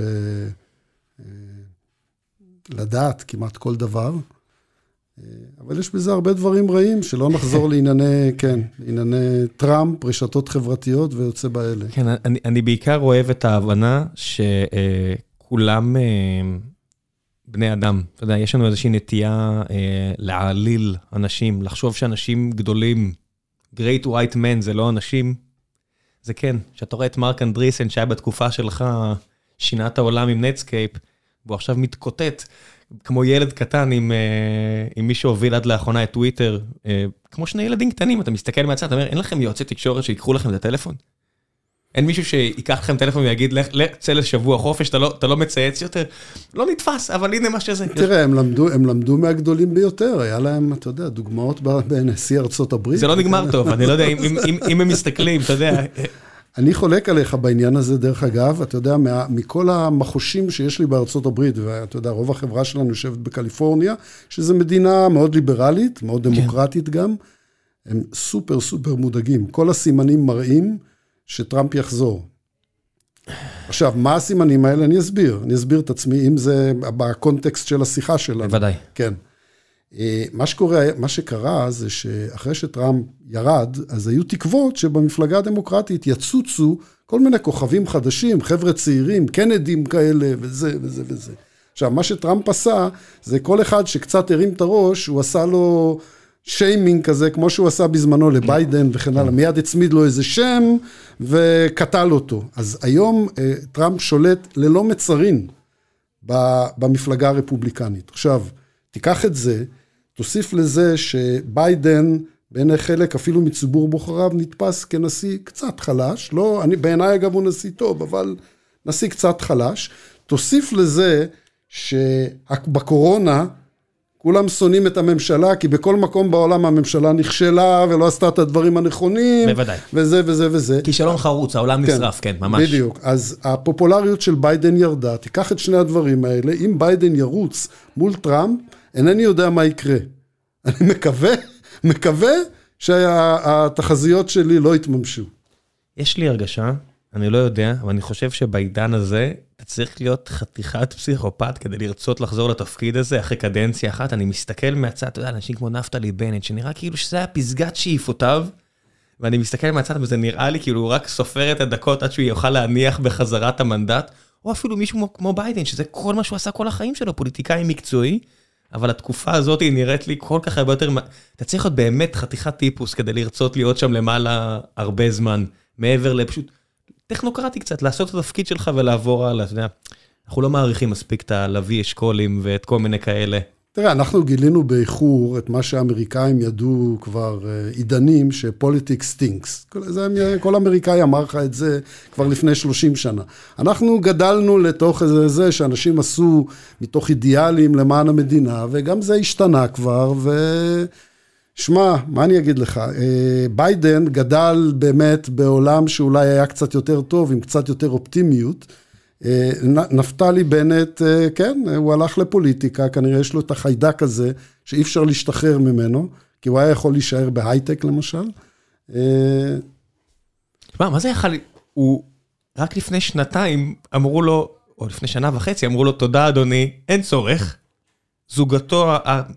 לדעת כמעט כל דבר. אבל יש בזה הרבה דברים רעים, שלא נחזור לענייני, כן, לענייני טראמפ, רשתות חברתיות ויוצא באלה. כן, אני, אני בעיקר אוהב את ההבנה שכולם בני אדם. אתה יודע, יש לנו איזושהי נטייה להעליל אנשים, לחשוב שאנשים גדולים, great white men זה לא אנשים. זה כן, שאתה רואה את מרק אנדריסן שהיה בתקופה שלך, שינה את העולם עם נטסקייפ, והוא עכשיו מתקוטט. כמו ילד קטן עם, עם מי שהוביל עד לאחרונה את טוויטר, כמו שני ילדים קטנים, אתה מסתכל מהצד, אתה אומר, אין לכם יועצי תקשורת שיקחו לכם את הטלפון? אין מישהו שיקח לכם טלפון ויגיד, צא לשבוע חופש, אתה לא, אתה לא מצייץ יותר? לא נתפס, אבל הנה מה שזה. תראה, הם למדו, הם למדו מהגדולים ביותר, היה להם, אתה יודע, דוגמאות בנשיא ארצות הברית. זה לא נגמר טוב, אני לא יודע, אם, אם, אם הם מסתכלים, אתה יודע. אני חולק עליך בעניין הזה, דרך אגב, אתה יודע, מה, מכל המחושים שיש לי בארצות הברית, ואתה יודע, רוב החברה שלנו יושבת בקליפורניה, שזו מדינה מאוד ליברלית, מאוד דמוקרטית גם, הם סופר סופר מודאגים. כל הסימנים מראים שטראמפ יחזור. עכשיו, מה הסימנים האלה? אני אסביר. אני אסביר את עצמי, אם זה בקונטקסט של השיחה שלנו. בוודאי. כן. מה שקורה, מה שקרה זה שאחרי שטראמפ ירד, אז היו תקוות שבמפלגה הדמוקרטית יצוצו כל מיני כוכבים חדשים, חבר'ה צעירים, קנדים כאלה, וזה וזה וזה. עכשיו, מה שטראמפ עשה, זה כל אחד שקצת הרים את הראש, הוא עשה לו שיימינג כזה, כמו שהוא עשה בזמנו לביידן וכן הלאה, מיד הצמיד לו איזה שם, וקטל אותו. אז היום טראמפ שולט ללא מצרין במפלגה הרפובליקנית. עכשיו, תיקח את זה, תוסיף לזה שביידן בעיני חלק אפילו מציבור בוחריו נתפס כנשיא קצת חלש, לא, אני, בעיניי אגב הוא נשיא טוב, אבל נשיא קצת חלש. תוסיף לזה שבקורונה כולם שונאים את הממשלה, כי בכל מקום בעולם הממשלה נכשלה ולא עשתה את הדברים הנכונים. בוודאי. וזה וזה וזה. כישלון חרוץ, העולם כן, נשרף, כן, ממש. בדיוק. אז הפופולריות של ביידן ירדה, תיקח את שני הדברים האלה, אם ביידן ירוץ מול טראמפ, אינני יודע מה יקרה. אני מקווה, מקווה שהתחזיות שלי לא יתממשו. יש לי הרגשה, אני לא יודע, אבל אני חושב שבעידן הזה, אתה צריך להיות חתיכת פסיכופת כדי לרצות לחזור לתפקיד הזה, אחרי קדנציה אחת, אני מסתכל מהצד, אתה יודע, אנשים כמו נפתלי בנט, שנראה כאילו שזה היה פסגת שאיפותיו, ואני מסתכל מהצד, וזה נראה לי כאילו הוא רק סופר את הדקות עד שהוא יוכל להניח בחזרת המנדט, או אפילו מישהו כמו ביידן, שזה כל מה שהוא עשה כל החיים שלו, פוליטיקאי מקצועי, אבל התקופה הזאת היא נראית לי כל כך הרבה יותר, אתה צריך להיות באמת חתיכת טיפוס כדי לרצות להיות שם למעלה הרבה זמן, מעבר לפשוט טכנוקרטי קצת, לעשות את התפקיד שלך ולעבור הלאה, אתה יודע, אנחנו לא מעריכים מספיק את הלוי אשכולים ואת כל מיני כאלה. תראה, אנחנו גילינו באיחור את מה שהאמריקאים ידעו כבר עידנים, שפוליטיקס סטינקס. כל, זה, כל אמריקאי אמר לך את זה כבר לפני שלושים שנה. אנחנו גדלנו לתוך איזה זה שאנשים עשו מתוך אידיאלים למען המדינה, וגם זה השתנה כבר, ו... שמע, מה אני אגיד לך? ביידן גדל באמת בעולם שאולי היה קצת יותר טוב, עם קצת יותר אופטימיות. נפתלי בנט, כן, הוא הלך לפוליטיקה, כנראה יש לו את החיידק הזה, שאי אפשר להשתחרר ממנו, כי הוא היה יכול להישאר בהייטק למשל. מה, מה זה יכל? הוא רק לפני שנתיים אמרו לו, או לפני שנה וחצי, אמרו לו, תודה אדוני, אין צורך. זוגתו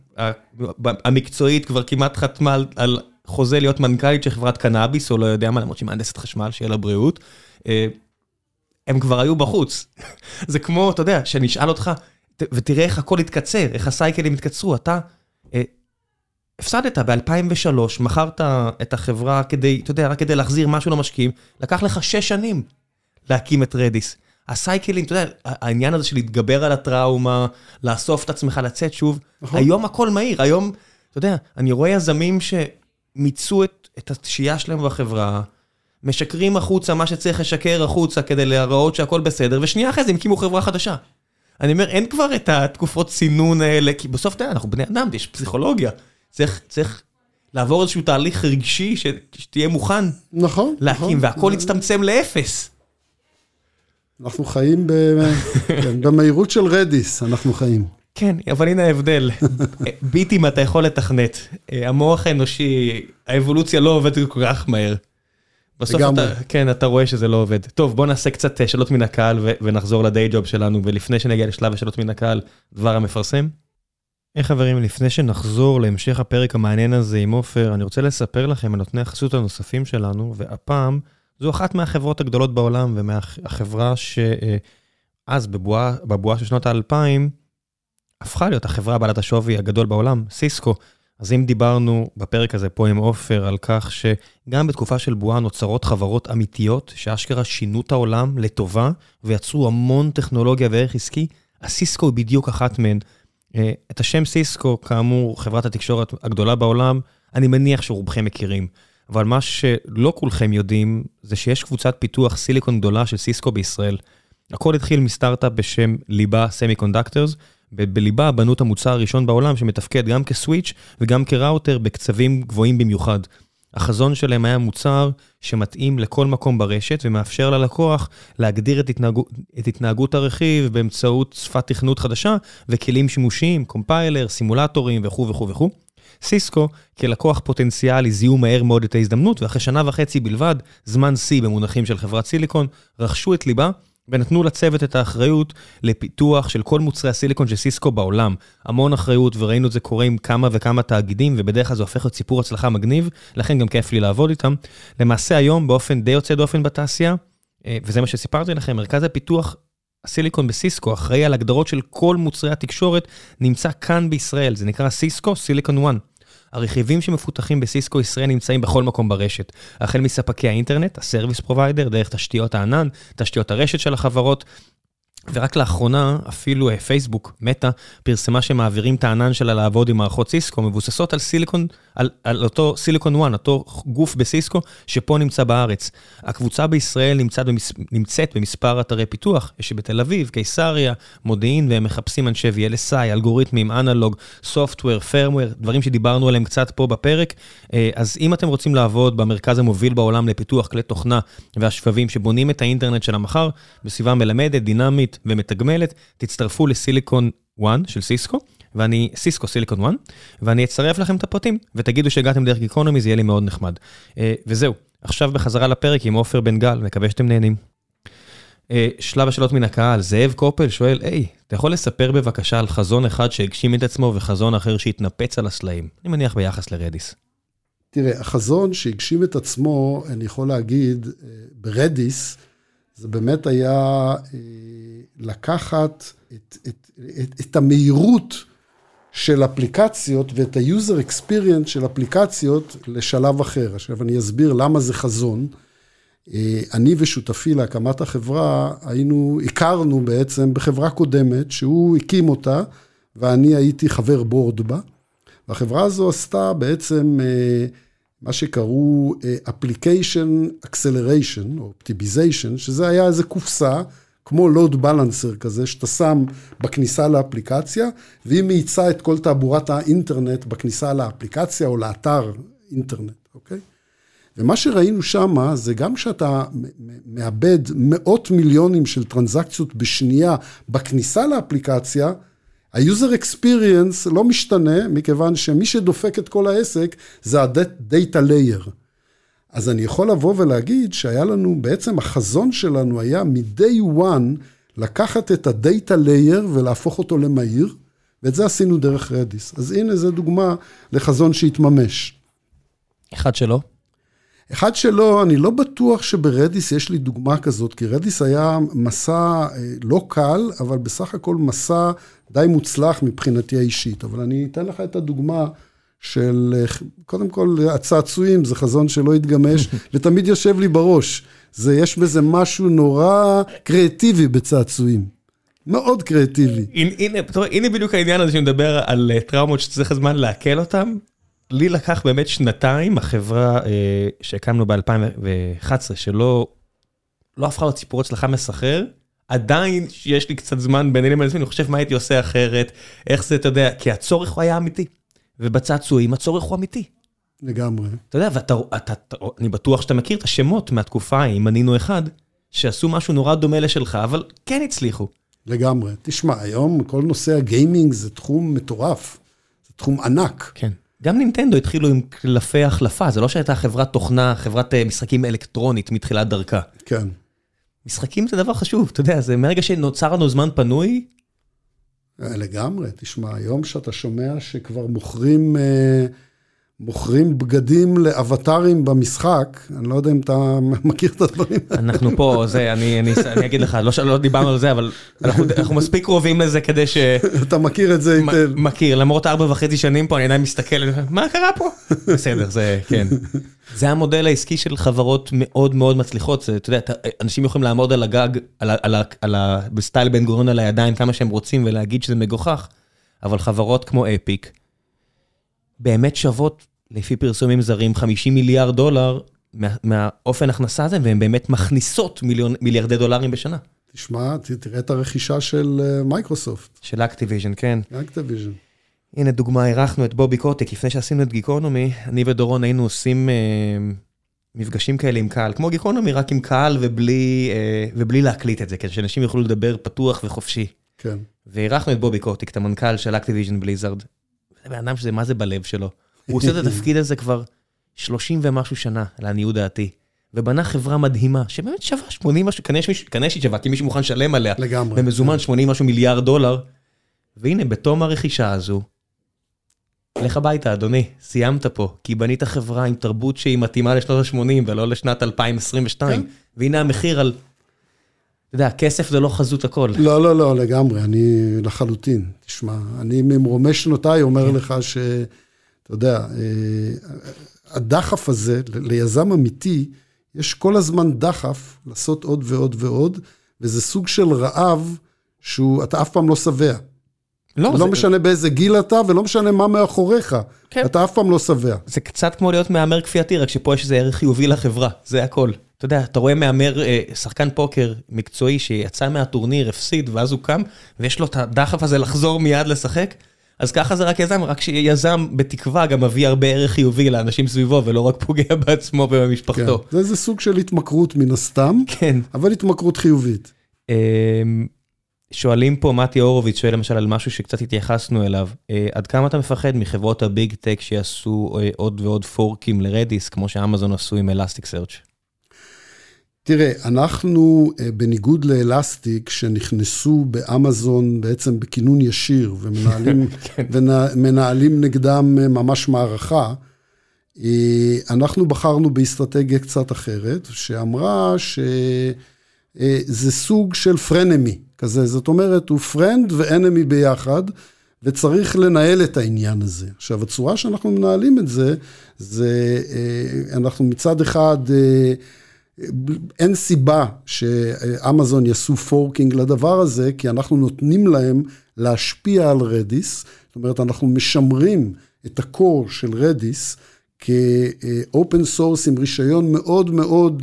המקצועית כבר כמעט חתמה על חוזה להיות מנכ"לית של חברת קנאביס, או לא יודע מה, למרות שהיא מהנדסת חשמל, שיהיה לה בריאות. הם כבר היו בחוץ. זה כמו, אתה יודע, שנשאל אותך, ותראה איך הכל התקצר, איך הסייקלים התקצרו, אתה הפסדת ב-אלפיים ושלוש, מכרת את החברה כדי, אתה יודע, רק כדי להחזיר משהו למשקיעים, לקח לך שש שנים להקים את רדיס. הסייקלים, אתה יודע, העניין הזה של להתגבר על הטראומה, לאסוף את עצמך, לצאת שוב, היום הכל מהיר, היום, אתה יודע, אני רואה יזמים שמיצו את, את התשייה שלהם בחברה, משקרים החוצה, מה שצריך לשקר החוצה, כדי להראות שהכל בסדר, ושנייה אחרי זה הם הקימו חברה חדשה. אני אומר, אין כבר את התקופות סינון האלה, כי בסוף, אתה יודע, אנחנו בני אדם, יש פסיכולוגיה, צריך, צריך לעבור איזשהו תהליך רגשי, שתהיה מוכן נכון, להקים, נכון. והכל יצטמצם לאפס. אנחנו חיים במהירות של רדיס, אנחנו חיים. כן, אבל הנה ההבדל. ביטים אתה יכול לתכנת. המוח האנושי, האבולוציה לא עובדת כל כך מהר. בסוף אתה, כן, אתה רואה שזה לא עובד. טוב, בוא נעשה קצת שאלות מן הקהל ונחזור לדיי ג'וב שלנו, ולפני שנגיע לשלב השאלות מן הקהל, דבר המפרסם. היי חברים, לפני שנחזור להמשך הפרק המעניין הזה עם עופר, אני רוצה לספר לכם על נותני החסות הנוספים שלנו, והפעם זו אחת מהחברות הגדולות בעולם, ומהחברה שאז בבועה, בבועה של שנות האלפיים, הפכה להיות החברה בעלת השווי הגדול בעולם, סיסקו. אז אם דיברנו בפרק הזה פה עם עופר על כך שגם בתקופה של בועה נוצרות חברות אמיתיות, שאשכרה שינו את העולם לטובה, ויצרו המון טכנולוגיה וערך עסקי, הסיסקו היא בדיוק אחת מהן. את השם סיסקו, כאמור, חברת התקשורת הגדולה בעולם, אני מניח שרובכם מכירים. אבל מה שלא כולכם יודעים, זה שיש קבוצת פיתוח סיליקון גדולה של סיסקו בישראל. הכל התחיל מסטארט-אפ בשם ליבה סמי-קונדקטורס, בליבה בנו את המוצר הראשון בעולם שמתפקד גם כסוויץ' וגם כראוטר בקצבים גבוהים במיוחד. החזון שלהם היה מוצר שמתאים לכל מקום ברשת ומאפשר ללקוח להגדיר את התנהגות, את התנהגות הרכיב באמצעות שפת תכנות חדשה וכלים שימושיים, קומפיילר, סימולטורים וכו' וכו' וכו'. סיסקו, כלקוח פוטנציאלי, זיהו מהר מאוד את ההזדמנות, ואחרי שנה וחצי בלבד, זמן C במונחים של חברת סיליקון, רכשו את ליבה, ונתנו לצוות את האחריות לפיתוח של כל מוצרי הסיליקון של סיסקו בעולם. המון אחריות, וראינו את זה קורה עם כמה וכמה תאגידים, ובדרך כלל זה הופך להיות סיפור הצלחה מגניב, לכן גם כיף לי לעבוד איתם. למעשה היום, באופן די יוצא דופן בתעשייה, וזה מה שסיפרתי לכם, מרכז הפיתוח הסיליקון בסיסקו, אחראי על הגדרות של כל מוצרי התקשורת, נמצא כאן בישראל, זה נקרא סיסקו סיליקון וואן. הרכיבים שמפותחים בסיסקו ישראל נמצאים בכל מקום ברשת, החל מספקי האינטרנט, הסרוויס פרוביידר, דרך תשתיות הענן, תשתיות הרשת של החברות, ורק לאחרונה, אפילו פייסבוק, מטה, פרסמה שמעבירים את הענן שלה לעבוד עם מערכות סיסקו, מבוססות על סיליקון, על, על אותו סיליקון וואן, אותו גוף בסיסקו, שפה נמצא בארץ. הקבוצה בישראל נמצאת, במס, נמצאת במספר אתרי פיתוח, יש בתל אביב, קיסריה, מודיעין, והם מחפשים אנשי וי אל אס איי, אלגוריתמים, אנלוג, סופטוור, פרמוור, דברים שדיברנו עליהם קצת פה בפרק. אז אם אתם רוצים לעבוד במרכז המוביל בעולם לפיתוח כלי תוכנה והשבבים שבונים את האינטרנט של המחר, בסביבה מלמדת, דינמית ומתגמלת, תצטרפו לסיליקון וואן של סיסקו, ואני, סיסקו סיליקון וואן, ואני אצרף לכם את הפרטים, ותגידו שהגעתם דרך גיקונומי, זה יהיה לי מאוד נחמד. וזהו, עכשיו בחזרה לפרק עם עופר בן גל, מקווה שאתם נהנים. שלב השאלות מן הקהל, זאב קופל שואל, היי, אתה יכול לספר בבקשה על חזון אחד שהגשים את עצמו, וחזון אחר שהתנפץ על הסלעים? אני מניח ביחס לרדיס. תראה, החזון שהגשים את עצמו, אני יכול להגיד, ברדיס, זה באמת היה לקחת את, את, את, את המהירות של אפליקציות ואת ה-user experience של אפליקציות לשלב אחר. עכשיו אני אסביר למה זה חזון. אני ושותפי להקמת החברה, היינו, הכרנו בעצם בחברה קודמת, שהוא הקים אותה, ואני הייתי חבר בורד בה. והחברה הזו עשתה בעצם מה שקראו Application Acceleration, או Optimization, שזה היה איזה קופסה, כמו Load Balancer כזה, שאתה שם בכניסה לאפליקציה, והיא מאיצה את כל תעבורת האינטרנט בכניסה לאפליקציה, או לאתר אינטרנט, אוקיי? ומה שראינו שם, זה גם שאתה מאבד מאות מיליונים של טרנזקציות בשנייה בכניסה לאפליקציה, ה-user experience לא משתנה, מכיוון שמי שדופק את כל העסק, זה ה-data layer. אז אני יכול לבוא ולהגיד שהיה לנו, בעצם החזון שלנו היה מ-day one, לקחת את ה-data layer ולהפוך אותו למהיר, ואת זה עשינו דרך רדיס. אז הנה, זו דוגמה לחזון שהתממש. אחד שלו? אחד שלו, אני לא בטוח שברדיס יש לי דוגמה כזאת, כי רדיס היה מסע לא קל, אבל בסך הכל מסע די מוצלח מבחינתי האישית. אבל אני אתן לך את הדוגמה של, קודם כל, הצעצועים, זה חזון שלא התגמש, ותמיד יושב לי בראש. זה, יש בזה משהו נורא קריאטיבי בצעצועים. מאוד קריאטיבי. הנה, הנה בדיוק העניין הזה שמדבר על טראומות שצריך הזמן להקל אותם. לי לקח באמת שנתיים, החברה אה, שהקמנו ב-אלפיים ואחת עשרה, שלא לא הפכה לו סיפור הצלחה מסחרר, עדיין יש לי קצת זמן בין אלה, אני חושב מה הייתי עושה אחרת, איך זה, אתה יודע, כי הצורך הוא היה אמיתי, ובצעצועים הצורך הוא אמיתי. לגמרי. אתה יודע, ואתה, אתה, אני בטוח שאתה מכיר את השמות מהתקופה, אם מנינו אחד, שעשו משהו נורא דומה לשלך, אבל כן הצליחו. לגמרי. תשמע, היום כל נושא הגיימינג זה תחום מטורף, זה תחום ענק. כן. גם נינטנדו התחילו עם קלפי החלפה, זה לא שהייתה חברת תוכנה, חברת משחקים אלקטרונית מתחילת דרכה. כן. משחקים זה דבר חשוב, אתה יודע, זה מרגע שנוצר לנו זמן פנוי. לגמרי, תשמע, היום שאתה שומע שכבר מוכרים, מוכרים בגדים לאבטרים במשחק, אני לא יודע אם אתה מכיר את הדברים. אנחנו פה, זה, אני, אני, אני אגיד לך, לא, לא דיברנו על זה, אבל אנחנו, אנחנו מספיק קרובים לזה כדי ש... אתה מכיר את זה היטב. מכיר, למרות ארבע וחצי שנים פה, אני עדיין מסתכל, מה קרה פה? בסדר, זה, כן. זה המודל העסקי של חברות מאוד מאוד מצליחות, זה, אתה יודע, אנשים יכולים לעמוד על הגג, על, על, על, על, על, בסטייל בן גוריון על הידיים, כמה שהם רוצים, ולהגיד שזה מגוחך, אבל חברות כמו אפיק, באמת שוות, לפי פרסומים זרים, חמישים מיליארד דולר מה, מהאופן הכנסה הזה, והן באמת מכניסות מיליון, מיליארדי דולרים בשנה. תשמע, תראה את הרכישה של מייקרוסופט. של אקטיביז'ן, כן. אקטיביז'ן. הנה דוגמה, אירחנו את בובי קוטיק, לפני שעשינו את גיקונומי, אני ודורון היינו עושים אה, מפגשים כאלה עם קהל, כמו גיקונומי, רק עם קהל ובלי, אה, ובלי להקליט את זה, כדי שאנשים יוכלו לדבר פתוח וחופשי. כן. ואירחנו את בובי קוטיק, את המנכ"ל של אקטיביז'ן בליזארד. זה באדם שזה, מה זה בלב שלו? הוא עושה את התפקיד הזה כבר שלושים ומשהו שנה, לעניות דעתי. ובנה חברה מדהימה, שבאמת שווה שמונים משהו, כנראה שהיא שווה, כי מישהו מוכן לשלם עליה. לגמרי. במזומן שמונים משהו מיליארד דולר. והנה, בתום הרכישה הזו, לך הביתה, אדוני, סיימת פה, כי בנית חברה עם תרבות שהיא מתאימה לשנות ה-שמונים, ולא לשנת אלפיים עשרים ושתיים. כן. והנה המחיר על... אתה יודע, כסף זה לא חזות הכל. לא, לא, לא, לגמרי, אני לחלוטין. תשמע, אני ממרומש שנותיי אומר לך ש... אתה יודע, הדחף הזה, ליזם אמיתי, יש כל הזמן דחף לעשות עוד ועוד ועוד, וזה סוג של רעב שאתה אף פעם לא שבע. לא, לא זה... משנה באיזה גיל אתה, ולא משנה מה מאחוריך. כן. אתה אף פעם לא שבע. זה קצת כמו להיות מאמר כפייתי, רק שפה יש איזה ערך חיובי לחברה, זה הכל. אתה יודע, אתה רואה מאמר, שחקן פוקר מקצועי שיצא מהטורניר, הפסיד, ואז הוא קם, ויש לו את הדחף הזה לחזור מיד לשחק, אז ככה זה רק יזם, רק שיזם בתקווה גם מביא הרבה ערך חיובי לאנשים סביבו, ולא רק פוגע בעצמו ובמשפחתו. כן. זה איזה סוג של התמכרות מן הסתם, כן. אבל התמכרות חיובית. שואלים פה, מתי אורוביץ שואל למשל על משהו שקצת התייחסנו אליו, עד כמה אתה מפחד מחברות הביג טק שיעשו עוד ועוד פורקים לרדיס, כמו שאמזון עשו עם אלסטיק סרצ'? תראה, אנחנו בניגוד לאלסטיק, שנכנסו באמזון בעצם בכינון ישיר, ומנהלים, ומנהלים נגדם ממש מערכה, אנחנו בחרנו באסטרטגיה קצת אחרת, שאמרה שזה סוג של פרנמי, כזה, זאת אומרת, הוא פרנד ואנמי ביחד, וצריך לנהל את העניין הזה. עכשיו, הצורה שאנחנו מנהלים את זה, זה, אנחנו מצד אחד, אין סיבה שאמזון יעשו פורקינג לדבר הזה, כי אנחנו נותנים להם להשפיע על רדיס, זאת אומרת, אנחנו משמרים את הקור של רדיס, כאופן סורס עם רישיון מאוד מאוד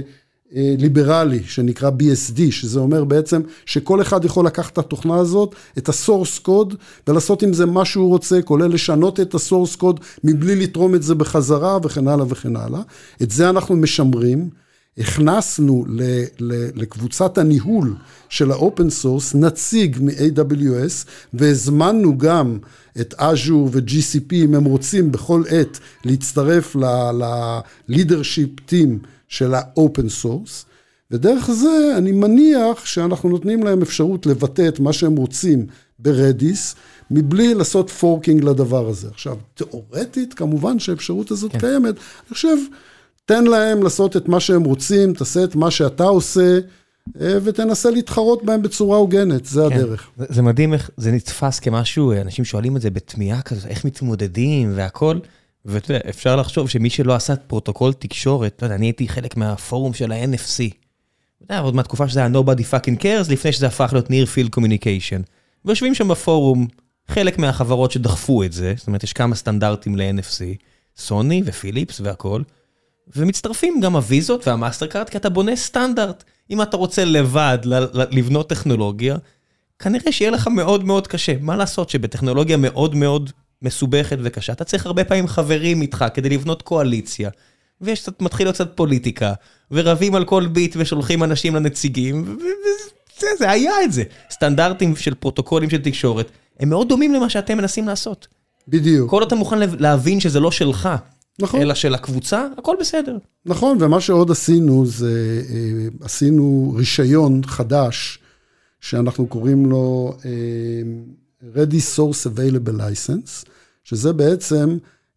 ליברלי, שנקרא בי אס די, שזה אומר בעצם שכל אחד יכול לקחת את התוכנה הזאת, את הסורס קוד, ולעשות עם זה מה שהוא רוצה, כולל לשנות את הסורס קוד, מבלי לתרום את זה בחזרה, וכן הלאה וכן הלאה. את זה אנחנו משמרים, הכנסנו לקבוצת הניהול של האופן סורס, נציג מ-איי דאבליו אס, והזמנו גם את Azure ו-ג'י סי פי, אם הם רוצים בכל עת להצטרף ל-leadership team של האופן סורס, ודרך זה אני מניח שאנחנו נותנים להם אפשרות לבטא את מה שהם רוצים ברדיס, מבלי לעשות פורקינג לדבר הזה. עכשיו, תיאורטית, כמובן שהאפשרות הזאת כן. קיימת, אני חושב, תן להם לעשות את מה שהם רוצים, תעשה את מה שאתה עושה, ותנסה להתחרות בהם בצורה הוגנת, זה כן. הדרך. זה, זה מדהים איך זה נתפס כמשהו, אנשים שואלים את זה בתמיעה כזו, איך מתמודדים והכל, ואתה יודע, אפשר לחשוב שמי שלא עשה פרוטוקול תקשורת, אתה יודע, אני הייתי חלק מהפורום של ה-אן אף סי, אתה יודע, עוד מהתקופה שזה היה nobody fucking cares, לפני שזה הפך להיות near field communication, ויושבים שם בפורום, חלק מהחברות שדחפו את זה, זאת אומרת, יש כמה סטנדרטים ל-אן אף סי, סוני ופיליפס והכל, ומצטרפים גם הוויזות והמאסטרקארד, כי אתה בונה סטנדרט. אם אתה רוצה לבד לבנות טכנולוגיה, כנראה שיהיה לך מאוד מאוד קשה. מה לעשות שבטכנולוגיה מאוד מאוד מסובכת וקשה, אתה צריך הרבה פעמים חברים איתך כדי לבנות קואליציה, ויש קצת, מתחיל להיות קצת פוליטיקה, ורבים על כל ביט ושולחים אנשים לנציגים, וזה, זה היה את זה. סטנדרטים של פרוטוקולים של תקשורת, הם מאוד דומים למה שאתם מנסים לעשות. בדיוק. כל אתה מוכן להבין שזה לא שלך, נכון. אלא של הקבוצה, הכל בסדר. נכון, ומה שעוד עשינו, זה עשינו רישיון חדש, שאנחנו קוראים לו Ready Source Available License, שזה בעצם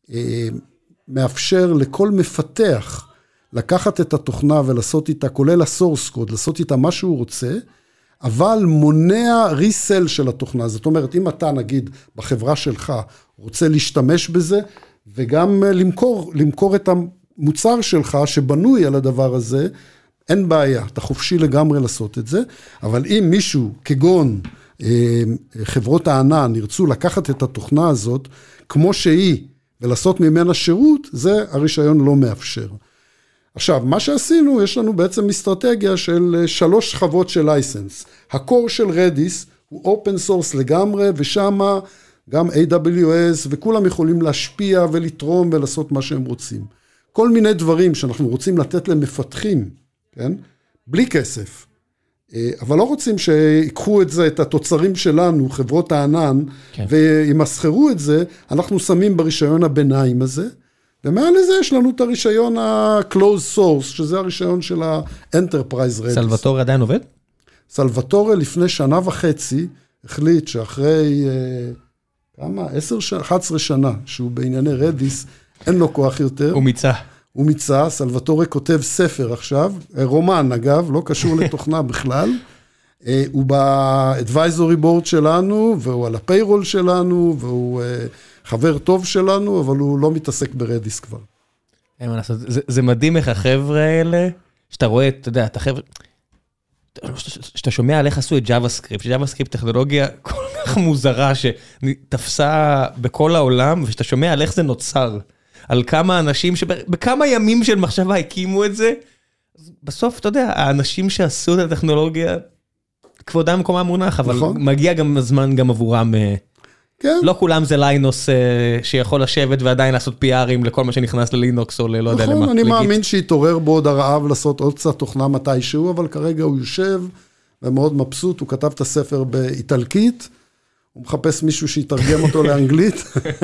מאפשר לכל מפתח לקחת את התוכנה ולעשות איתה, כולל הסורס קוד, לעשות איתה מה שהוא רוצה, אבל מונע ריסל של התוכנה. זאת אומרת, אם אתה נגיד בחברה שלך רוצה להשתמש בזה, וגם למכור, למכור את המוצר שלך שבנוי על הדבר הזה, אין בעיה, אתה חופשי לגמרי לעשות את זה, אבל אם מישהו כגון חברות הענן ירצו לקחת את התוכנה הזאת כמו שהיא ולעשות ממנה שירות, זה הרישיון לא מאפשר. עכשיו, מה שעשינו, יש לנו בעצם אסטרטגיה של שלוש שכבות של לייסנס. הקור של רדיס הוא אופן סורס לגמרי, ושם גם איי דאבליו אס וכולם יכולים להשפיע ולתרום ולעשות מה שהם רוצים. כל מיני דברים שאנחנו רוצים לתת למפתחים, כן? בלי כסף. אבל לא רוצים שיקחו את זה, את התוצרים שלנו, חברות הענן, כן. וימסחרו את זה, אנחנו שמים ברישיון הביניים הזה, ומעל לזה יש לנו את הרישיון ה-closed source, שזה הרישיון של ה-enterprise Redis. סלווטורי עדיין עובד? סלווטורי לפני שנה וחצי, החליט שאחרי כמה? עשר, אחת עשרה שנה, שהוא בענייני רדיס, אין לו כוח יותר. הוא מיצה. הוא מיצה, סלווטורי כותב ספר עכשיו, רומן אגב, לא קשור לתוכנה בכלל, הוא ב-advisory board שלנו, והוא על הפיירול שלנו, והוא חבר טוב שלנו, אבל הוא לא מתעסק ברדיס כבר. זה מדהים איך החבר'ה האלה, שאתה רואה, אתה יודע, את החבר'ה, שאתה שומע על איך עשו את JavaScript, ש-JavaScript טכנולוגיה כל כך מוזרה שתפסה בכל העולם, ושאתה שומע על איך זה נוצר, על כמה אנשים שבכמה ימים של מחשבה הקימו את זה, בסוף, אתה יודע, האנשים שעשו את הטכנולוגיה, כבודם מקומה מונח, אבל מגיע גם הזמן גם עבורם, לא כולם זה ליינוס שיכול לשבת ועדיין לעשות פי-ארים לכל מה שנכנס ללינוקס או לא יודע למה. נכון, אני מאמין שיתעורר בעוד הרעב לעשות עוד קצת תוכנה מתישהו, אבל כרגע הוא יושב ומאוד מבסוט, הוא כתב את הספר באיטלקית, הוא מחפש מישהו שיתרגם אותו לאנגלית.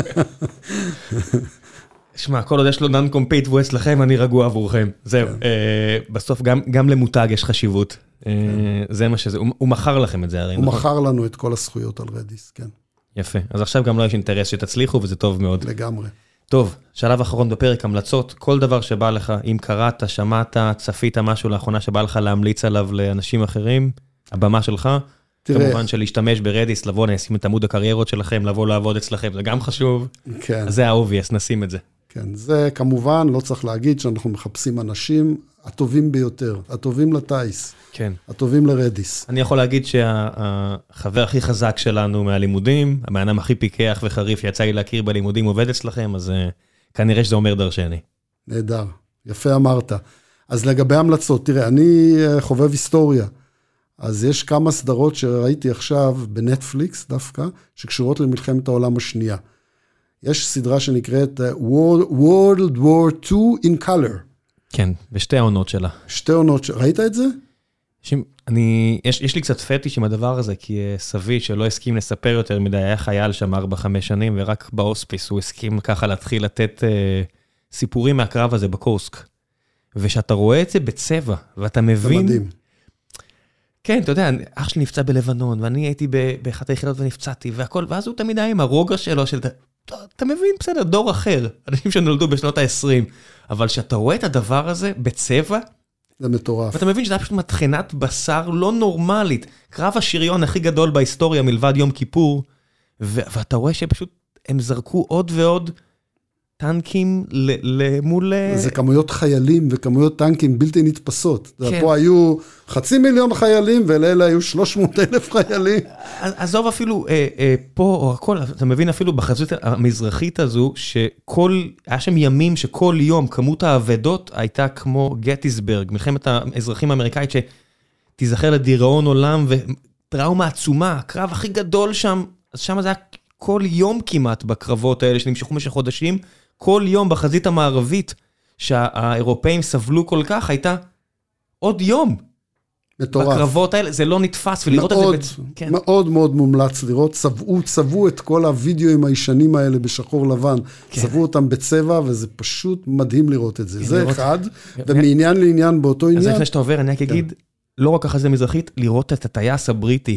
שמע, כל עוד יש לו non-compete והוא אצלכם, אני רגוע עבורכם. זהו, בסוף גם למותג יש חשיבות. זה מה שזה, הוא מכר לכם את זה הרי. הוא מכר לנו את כל הזכויות על רדיס, כן. יפה, אז עכשיו גם לא יש אינטרס שתצליחו, וזה טוב מאוד. לגמרי. טוב, שלב אחרון בפרק, המלצות, כל דבר שבא לך, אם קראת, שמעת, צפית משהו לאחרונה שבא לך להמליץ עליו לאנשים אחרים, הבמה שלך, תראה. כמובן שלהשתמש ברדיס, לבוא, נשים את עמוד הקריירות שלכם, לבוא לעבוד אצלכם, זה גם חשוב. כן. אז זה ה-obvious, נשים את זה. כן, זה כמובן, לא צריך להגיד שאנחנו מחפשים אנשים הטובים ביותר, הטובים לטייס, כן. הטובים לרדיס. אני יכול להגיד שהחבר הכי חזק שלנו מהלימודים, המענם הכי פיקח וחריף שיצא לי להכיר בלימודים עובד אצלכם, אז כנראה שזה אומר דרשני. נהדר, יפה אמרת. אז לגבי המלצות, תראה, אני חובב היסטוריה, אז יש כמה סדרות שראיתי עכשיו בנטפליקס דווקא, שקשורות למלחמת העולם השנייה. יש סדרה שנקראת World, World War two in Color. כן, בשתי העונות שלה. שתי העונות, ראית את זה? אני, יש, יש לי קצת פטיש עם הדבר הזה, כי סבי שלא הסכים לספר יותר מדי, היה חייל שם ארבע חמש שנים, ורק באוספיס הוא הסכים ככה להתחיל לתת אה, סיפורים מהקרב הזה בקורסק. ושאתה רואה את זה בצבע, ואתה מבין... זה מדהים. כן, אתה יודע, אח שלי נפצע בלבנון, ואני הייתי באחת היחידות ונפצעתי, והכל, ואז הוא תמיד היה עם הרוגע שלו, של... אתה מבין, בסדר, דור אחר, אנשים שנולדו בשנות ה-עשרים, אבל שאתה רואה את הדבר הזה בצבע, זה מטורף. ואתה מבין שזה פשוט מתחינת בשר לא נורמלית, קרב השריון הכי גדול בהיסטוריה מלבד יום כיפור, ואתה רואה שפשוט הם זרקו עוד ועוד טנקים למול... זה כמויות חיילים וכמויות טנקים בלתי נתפסות. פה היו חצי מיליון חיילים, ולאלה היו שלוש מאות אלף חיילים. עזוב אפילו פה או הכל, אתה מבין אפילו בחזית המזרחית הזו, שכל, היה שם ימים שכל יום כמות האבדות הייתה כמו גטיסברג, מלחמת האזרחים האמריקאית, שתיזכר לדיראון עולם וטראומה עצומה, הקרב הכי גדול שם, אז שם זה היה כל יום כמעט בקרבות האלה שנמשכו במשך חודשים, כל יום בחזית המערבית שהאירופאים סבלו כל כך, הייתה עוד יום. מטורף. בקרבות האלה, זה לא נתפס, ולראות מאוד, את זה... כן. מאוד מאוד מומלץ לראות, צבעו, צבעו את כל הווידאוים הישנים האלה בשחור לבן, כן. צבעו אותם בצבע, וזה פשוט מדהים לראות את זה. כן, זה לראות... אחד, ומעניין לעניין באותו עניין... אז לפני שאתה עובר, אני רק אגיד, כן. לא רק החזית המזרחית, לראות את הטייס הבריטי,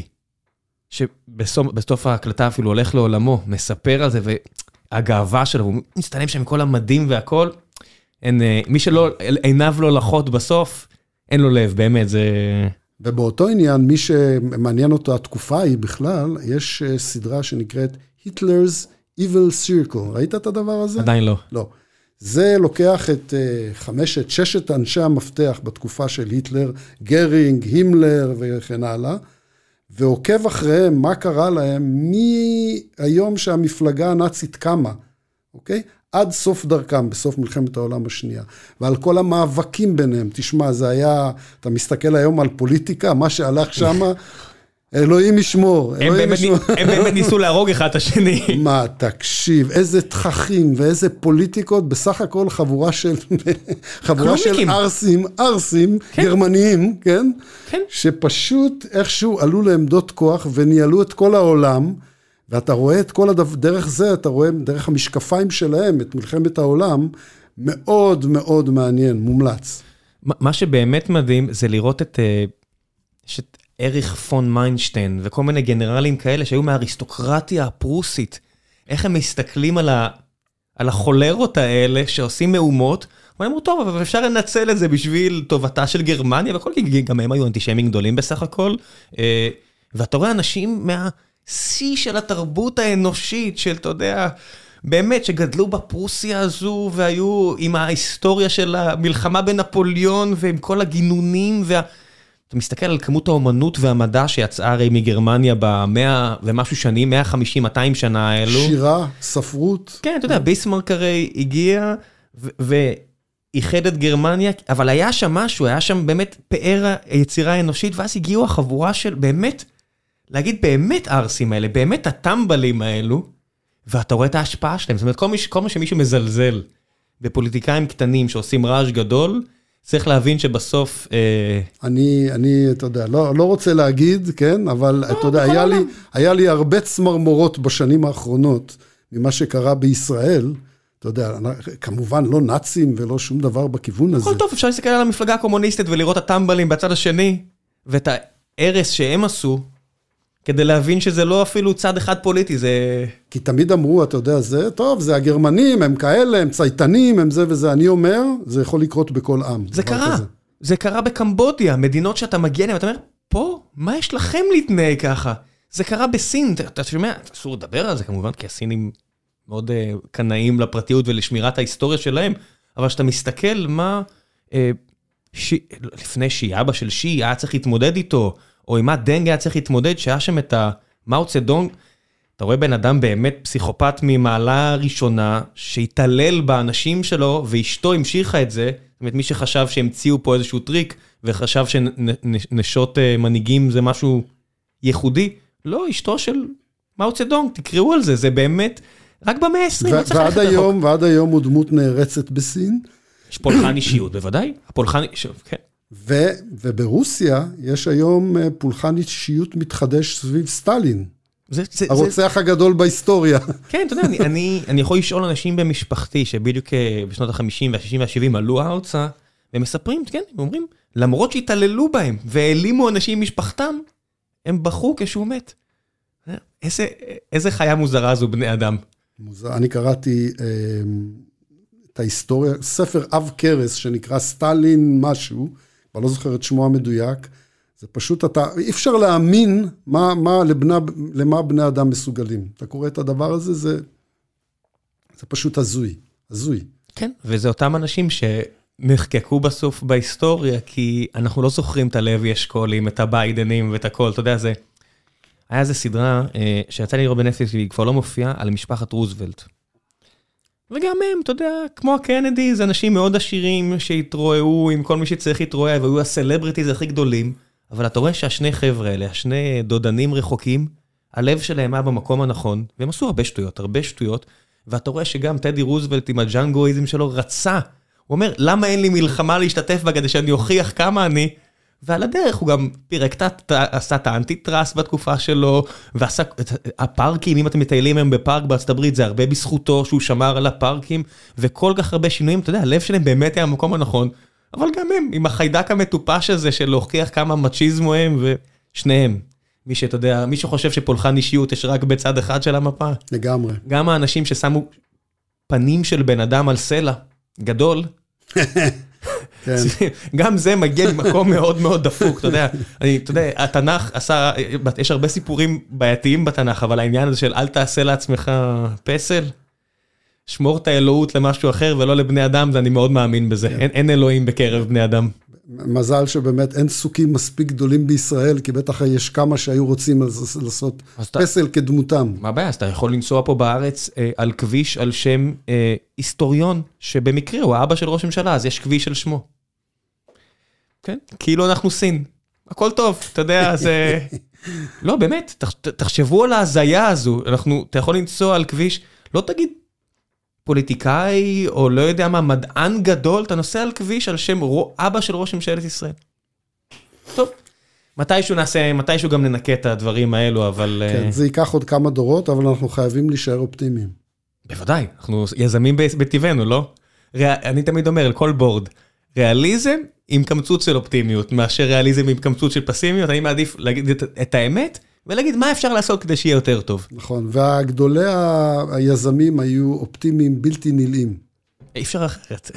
שבסוף ההקלטה אפילו הולך לעולמו, מספר על זה, והגאווה שלו, הוא מסתלם שם כל המדים והכל, אין, מי שלא, עיניו לא לחות בסוף, אין לו לב, באמת, זה... ובאותו עניין, מי שמעניין אותו התקופה היא בכלל, יש סדרה שנקראת Hitler's Evil Circle. ראית את הדבר הזה? עדיין לא. לא. זה לוקח את חמשת, ששת אנשי המפתח בתקופה של היטלר, גרינג, הימלר וכן הלאה, ועוקב אחריהם מה קרה להם מהיום שהמפלגה הנאצית קמה, אוקיי? עד סוף דרכם, בסוף מלחמת העולם השנייה. ועל כל המאבקים ביניהם, תשמע, זה היה, אתה מסתכל היום על פוליטיקה, מה שהלך שם, אלוהים ישמור, אלוהים ישמור. הם באמת ניסו להרוג אחד את השני. מה, תקשיב, איזה תככים ואיזה פוליטיקות, בסך הכל חבורה של, חבורה של ארסים, ארסים גרמניים, כן? כן. שפשוט איכשהו עלו לעמדות כוח וניהלו את כל העולם, ואתה רואה את כל הדבר, דרך זה, אתה רואה דרך המשקפיים שלהם, את מלחמת העולם, מאוד מאוד מעניין, מומלץ. מה שבאמת מדהים, זה לראות את, יש את אריך פון מיינשטיין, וכל מיני גנרלים כאלה, שהיו מהאריסטוקרטיה הפרוסית, איך הם מסתכלים על, ה, על החולרות האלה, שעושים מהומות, ואני אמרו, טוב, אבל אפשר לנצל את זה בשביל טובתה של גרמניה, וכל גם הם היו אנטישמים גדולים בסך הכל, ואתה רואה אנשים מה... שיא של התרבות האנושית, של, אתה יודע, באמת, שגדלו בפרוסיה הזו, והיו עם ההיסטוריה של המלחמה בנפוליאון, ועם כל הגינונים, וה... אתה מסתכל על כמות האומנות והמדע שיצאה הרי מגרמניה במאה ומשהו שנים, מאה וחמישים מאתיים שנה האלו. שירה, ספרות. כן, אתה יודע, ביסמרק הרי הגיע ואיחד את גרמניה, אבל היה שם משהו, היה שם באמת פאר היצירה האנושית, ואז הגיעו החבורה של באמת, להגיד באמת ארסים האלה, באמת הטמבלים האלו, ואתה רואה את ההשפעה שלהם. זאת אומרת, כל, מש, כל מה שמישהו מזלזל בפוליטיקאים קטנים שעושים רעש גדול, צריך להבין שבסוף... אה... אני, אני, אתה יודע, לא, לא רוצה להגיד, כן, אבל לא, אתה יודע, היה לי, היה לי הרבה צמרמורות בשנים האחרונות, ממה שקרה בישראל, אתה יודע, כמובן לא נאצים ולא שום דבר בכיוון הזה. הכל טוב, אפשר להסתכל על המפלגה הקומוניסטית ולראות את הטמבלים בצד השני, ואת ההרס שהם עשו, כדי להבין שזה לא אפילו צד אחד פוליטי, זה... כי תמיד אמרו, אתה יודע, זה טוב, זה הגרמנים, הם כאלה, הם צייתנים, הם זה וזה. אני אומר, זה יכול לקרות בכל עם. זה קרה, כזה. זה קרה בקמבודיה, מדינות שאתה מגיע אליהן, ואתה אומר, פה, מה יש לכם להתנהג ככה? זה קרה בסין, אתה שומע, אסור לדבר על זה כמובן, כי הסינים מאוד uh, קנאים לפרטיות ולשמירת ההיסטוריה שלהם, אבל כשאתה מסתכל מה, uh, ש... לפני שאבא של שי היה צריך להתמודד איתו, או עם מה דנג היה צריך להתמודד, שהיה שם את המאו צדונג, אתה רואה בן אדם באמת פסיכופת ממעלה ראשונה, שהתעלל באנשים שלו, ואשתו המשיכה את זה, זאת אומרת, מי שחשב שהמציאו פה איזשהו טריק, וחשב שנשות מנהיגים זה משהו ייחודי, לא, אשתו של מאו צדונג, תקראו על זה, זה באמת, רק במאה ה-עשרים, לא צריך ללכת רחוק. ועד היום הוא דמות נערצת בסין. יש פולחן אישיות, בוודאי, הפולחן אישיות, כן. ו, וברוסיה יש היום פולחן אישיות מתחדש סביב סטלין. זה, זה, הרוצח זה... הגדול בהיסטוריה. כן, אתה יודע, אני, אני, אני יכול לשאול אנשים במשפחתי, שבדיוק בשנות ה-חמישים וה-שישים וה-שבעים עלו הארצה, והם מספרים, כן, הם אומרים, למרות שהתעללו בהם, והעלימו אנשים משפחתם, הם בחרו כשהוא מת. איזה, איזה חיה מוזרה זו בני אדם. מוזר, אני קראתי אה, את ההיסטוריה, ספר אב קרס, שנקרא סטלין משהו, אבל לא זוכר את שמו המדויק, זה פשוט, אתה, אי אפשר להאמין מה, מה לבנה, למה בני אדם מסוגלים. אתה קורא את הדבר הזה, זה, זה פשוט הזוי, הזוי. כן, וזה אותם אנשים שנחקקו בסוף בהיסטוריה, כי אנחנו לא זוכרים את הלוי אשכולים, את הביידנים ואת הכל, אתה יודע, זה, היה איזו סדרה שיצא לי לראות בנטפליקס, והיא כבר לא מופיעה, על משפחת רוזוולט. וגם הם, אתה יודע, כמו הקנדי, זה אנשים מאוד עשירים שהתרועעו עם כל מי שצריך להתרועע, והיו הסלבריטיז הכי גדולים, אבל אתה רואה שהשני חבר'ה האלה, השני דודנים רחוקים, הלב שלהם היה במקום הנכון, והם עשו הרבה שטויות, הרבה שטויות, ואתה רואה שגם טדי רוזוולט עם הג'אנגואיזם שלו רצה, הוא אומר, למה אין לי מלחמה להשתתף בה כדי שאני אוכיח כמה אני, ועל הדרך הוא גם פירק, עשה את האנטי-טרס בתקופה שלו, ועשה הפארקים, אם אתם מטיילים היום בפארק בארצות הברית, זה הרבה בזכותו שהוא שמר על הפארקים, וכל כך הרבה שינויים, אתה יודע, הלב שלהם באמת היה במקום הנכון, אבל גם הם, עם החיידק המטופש הזה של להוכיח כמה מצ'יזמו הם, ושניהם. מי שאתה יודע, מי שחושב שפולחן אישיות יש רק בצד אחד של המפה. לגמרי. גם האנשים ששמו פנים של בן אדם על סלע, גדול. כן. גם זה מגיע ממקום מאוד מאוד דפוק, אתה יודע, אני, אתה יודע, התנ"ך עשה, יש הרבה סיפורים בעייתיים בתנ"ך, אבל העניין הזה של אל תעשה לעצמך פסל, שמור את האלוהות למשהו אחר ולא לבני אדם, ואני מאוד מאמין בזה, אין, אין אלוהים בקרב בני אדם. מזל שבאמת אין סוכים מספיק גדולים בישראל, כי בטח יש כמה שהיו רוצים לעשות פסל כדמותם. מה הבעיה? אז אתה יכול לנסוע פה בארץ אה, על כביש על שם אה, היסטוריון, שבמקרה הוא האבא של ראש ממשלה, אז יש כביש של שמו. כן? כאילו אנחנו סין. הכל טוב, אתה יודע, זה... לא, באמת, ת, תחשבו על ההזיה הזו, אנחנו, אתה יכול לנסוע על כביש, לא תגיד פוליטיקאי, או לא יודע מה, מדען גדול, אתה נוסע על כביש על שם אבא של ראש ממשלת ישראל. טוב, מתישהו נעשה, מתישהו גם ננקה את הדברים האלו, אבל... כן, זה ייקח עוד כמה דורות, אבל אנחנו חייבים להישאר אופטימיים. בוודאי, אנחנו יזמים בטבענו, לא? אני תמיד אומר, לכל בורד, ריאליזם עם קמצוץ של אופטימיות, מאשר ריאליזם עם קמצוץ של פסימיות, אני מעדיף להגיד את האמת, ולהגיד מה אפשר לעשות כדי שיהיה יותר טוב. נכון, והגדולי היזמים היו אופטימיים בלתי נלאים. אי אפשר אחרת.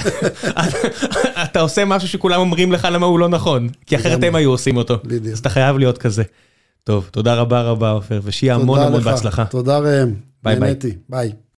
אתה עושה משהו שכולם אומרים לך למה הוא לא נכון, כי אחרת הם היו עושים אותו. אז אתה חייב להיות כזה. טוב, תודה רבה רבה, עופר, ושיהיה המון המון בהצלחה. תודה ראם. ביי ביי. ביי.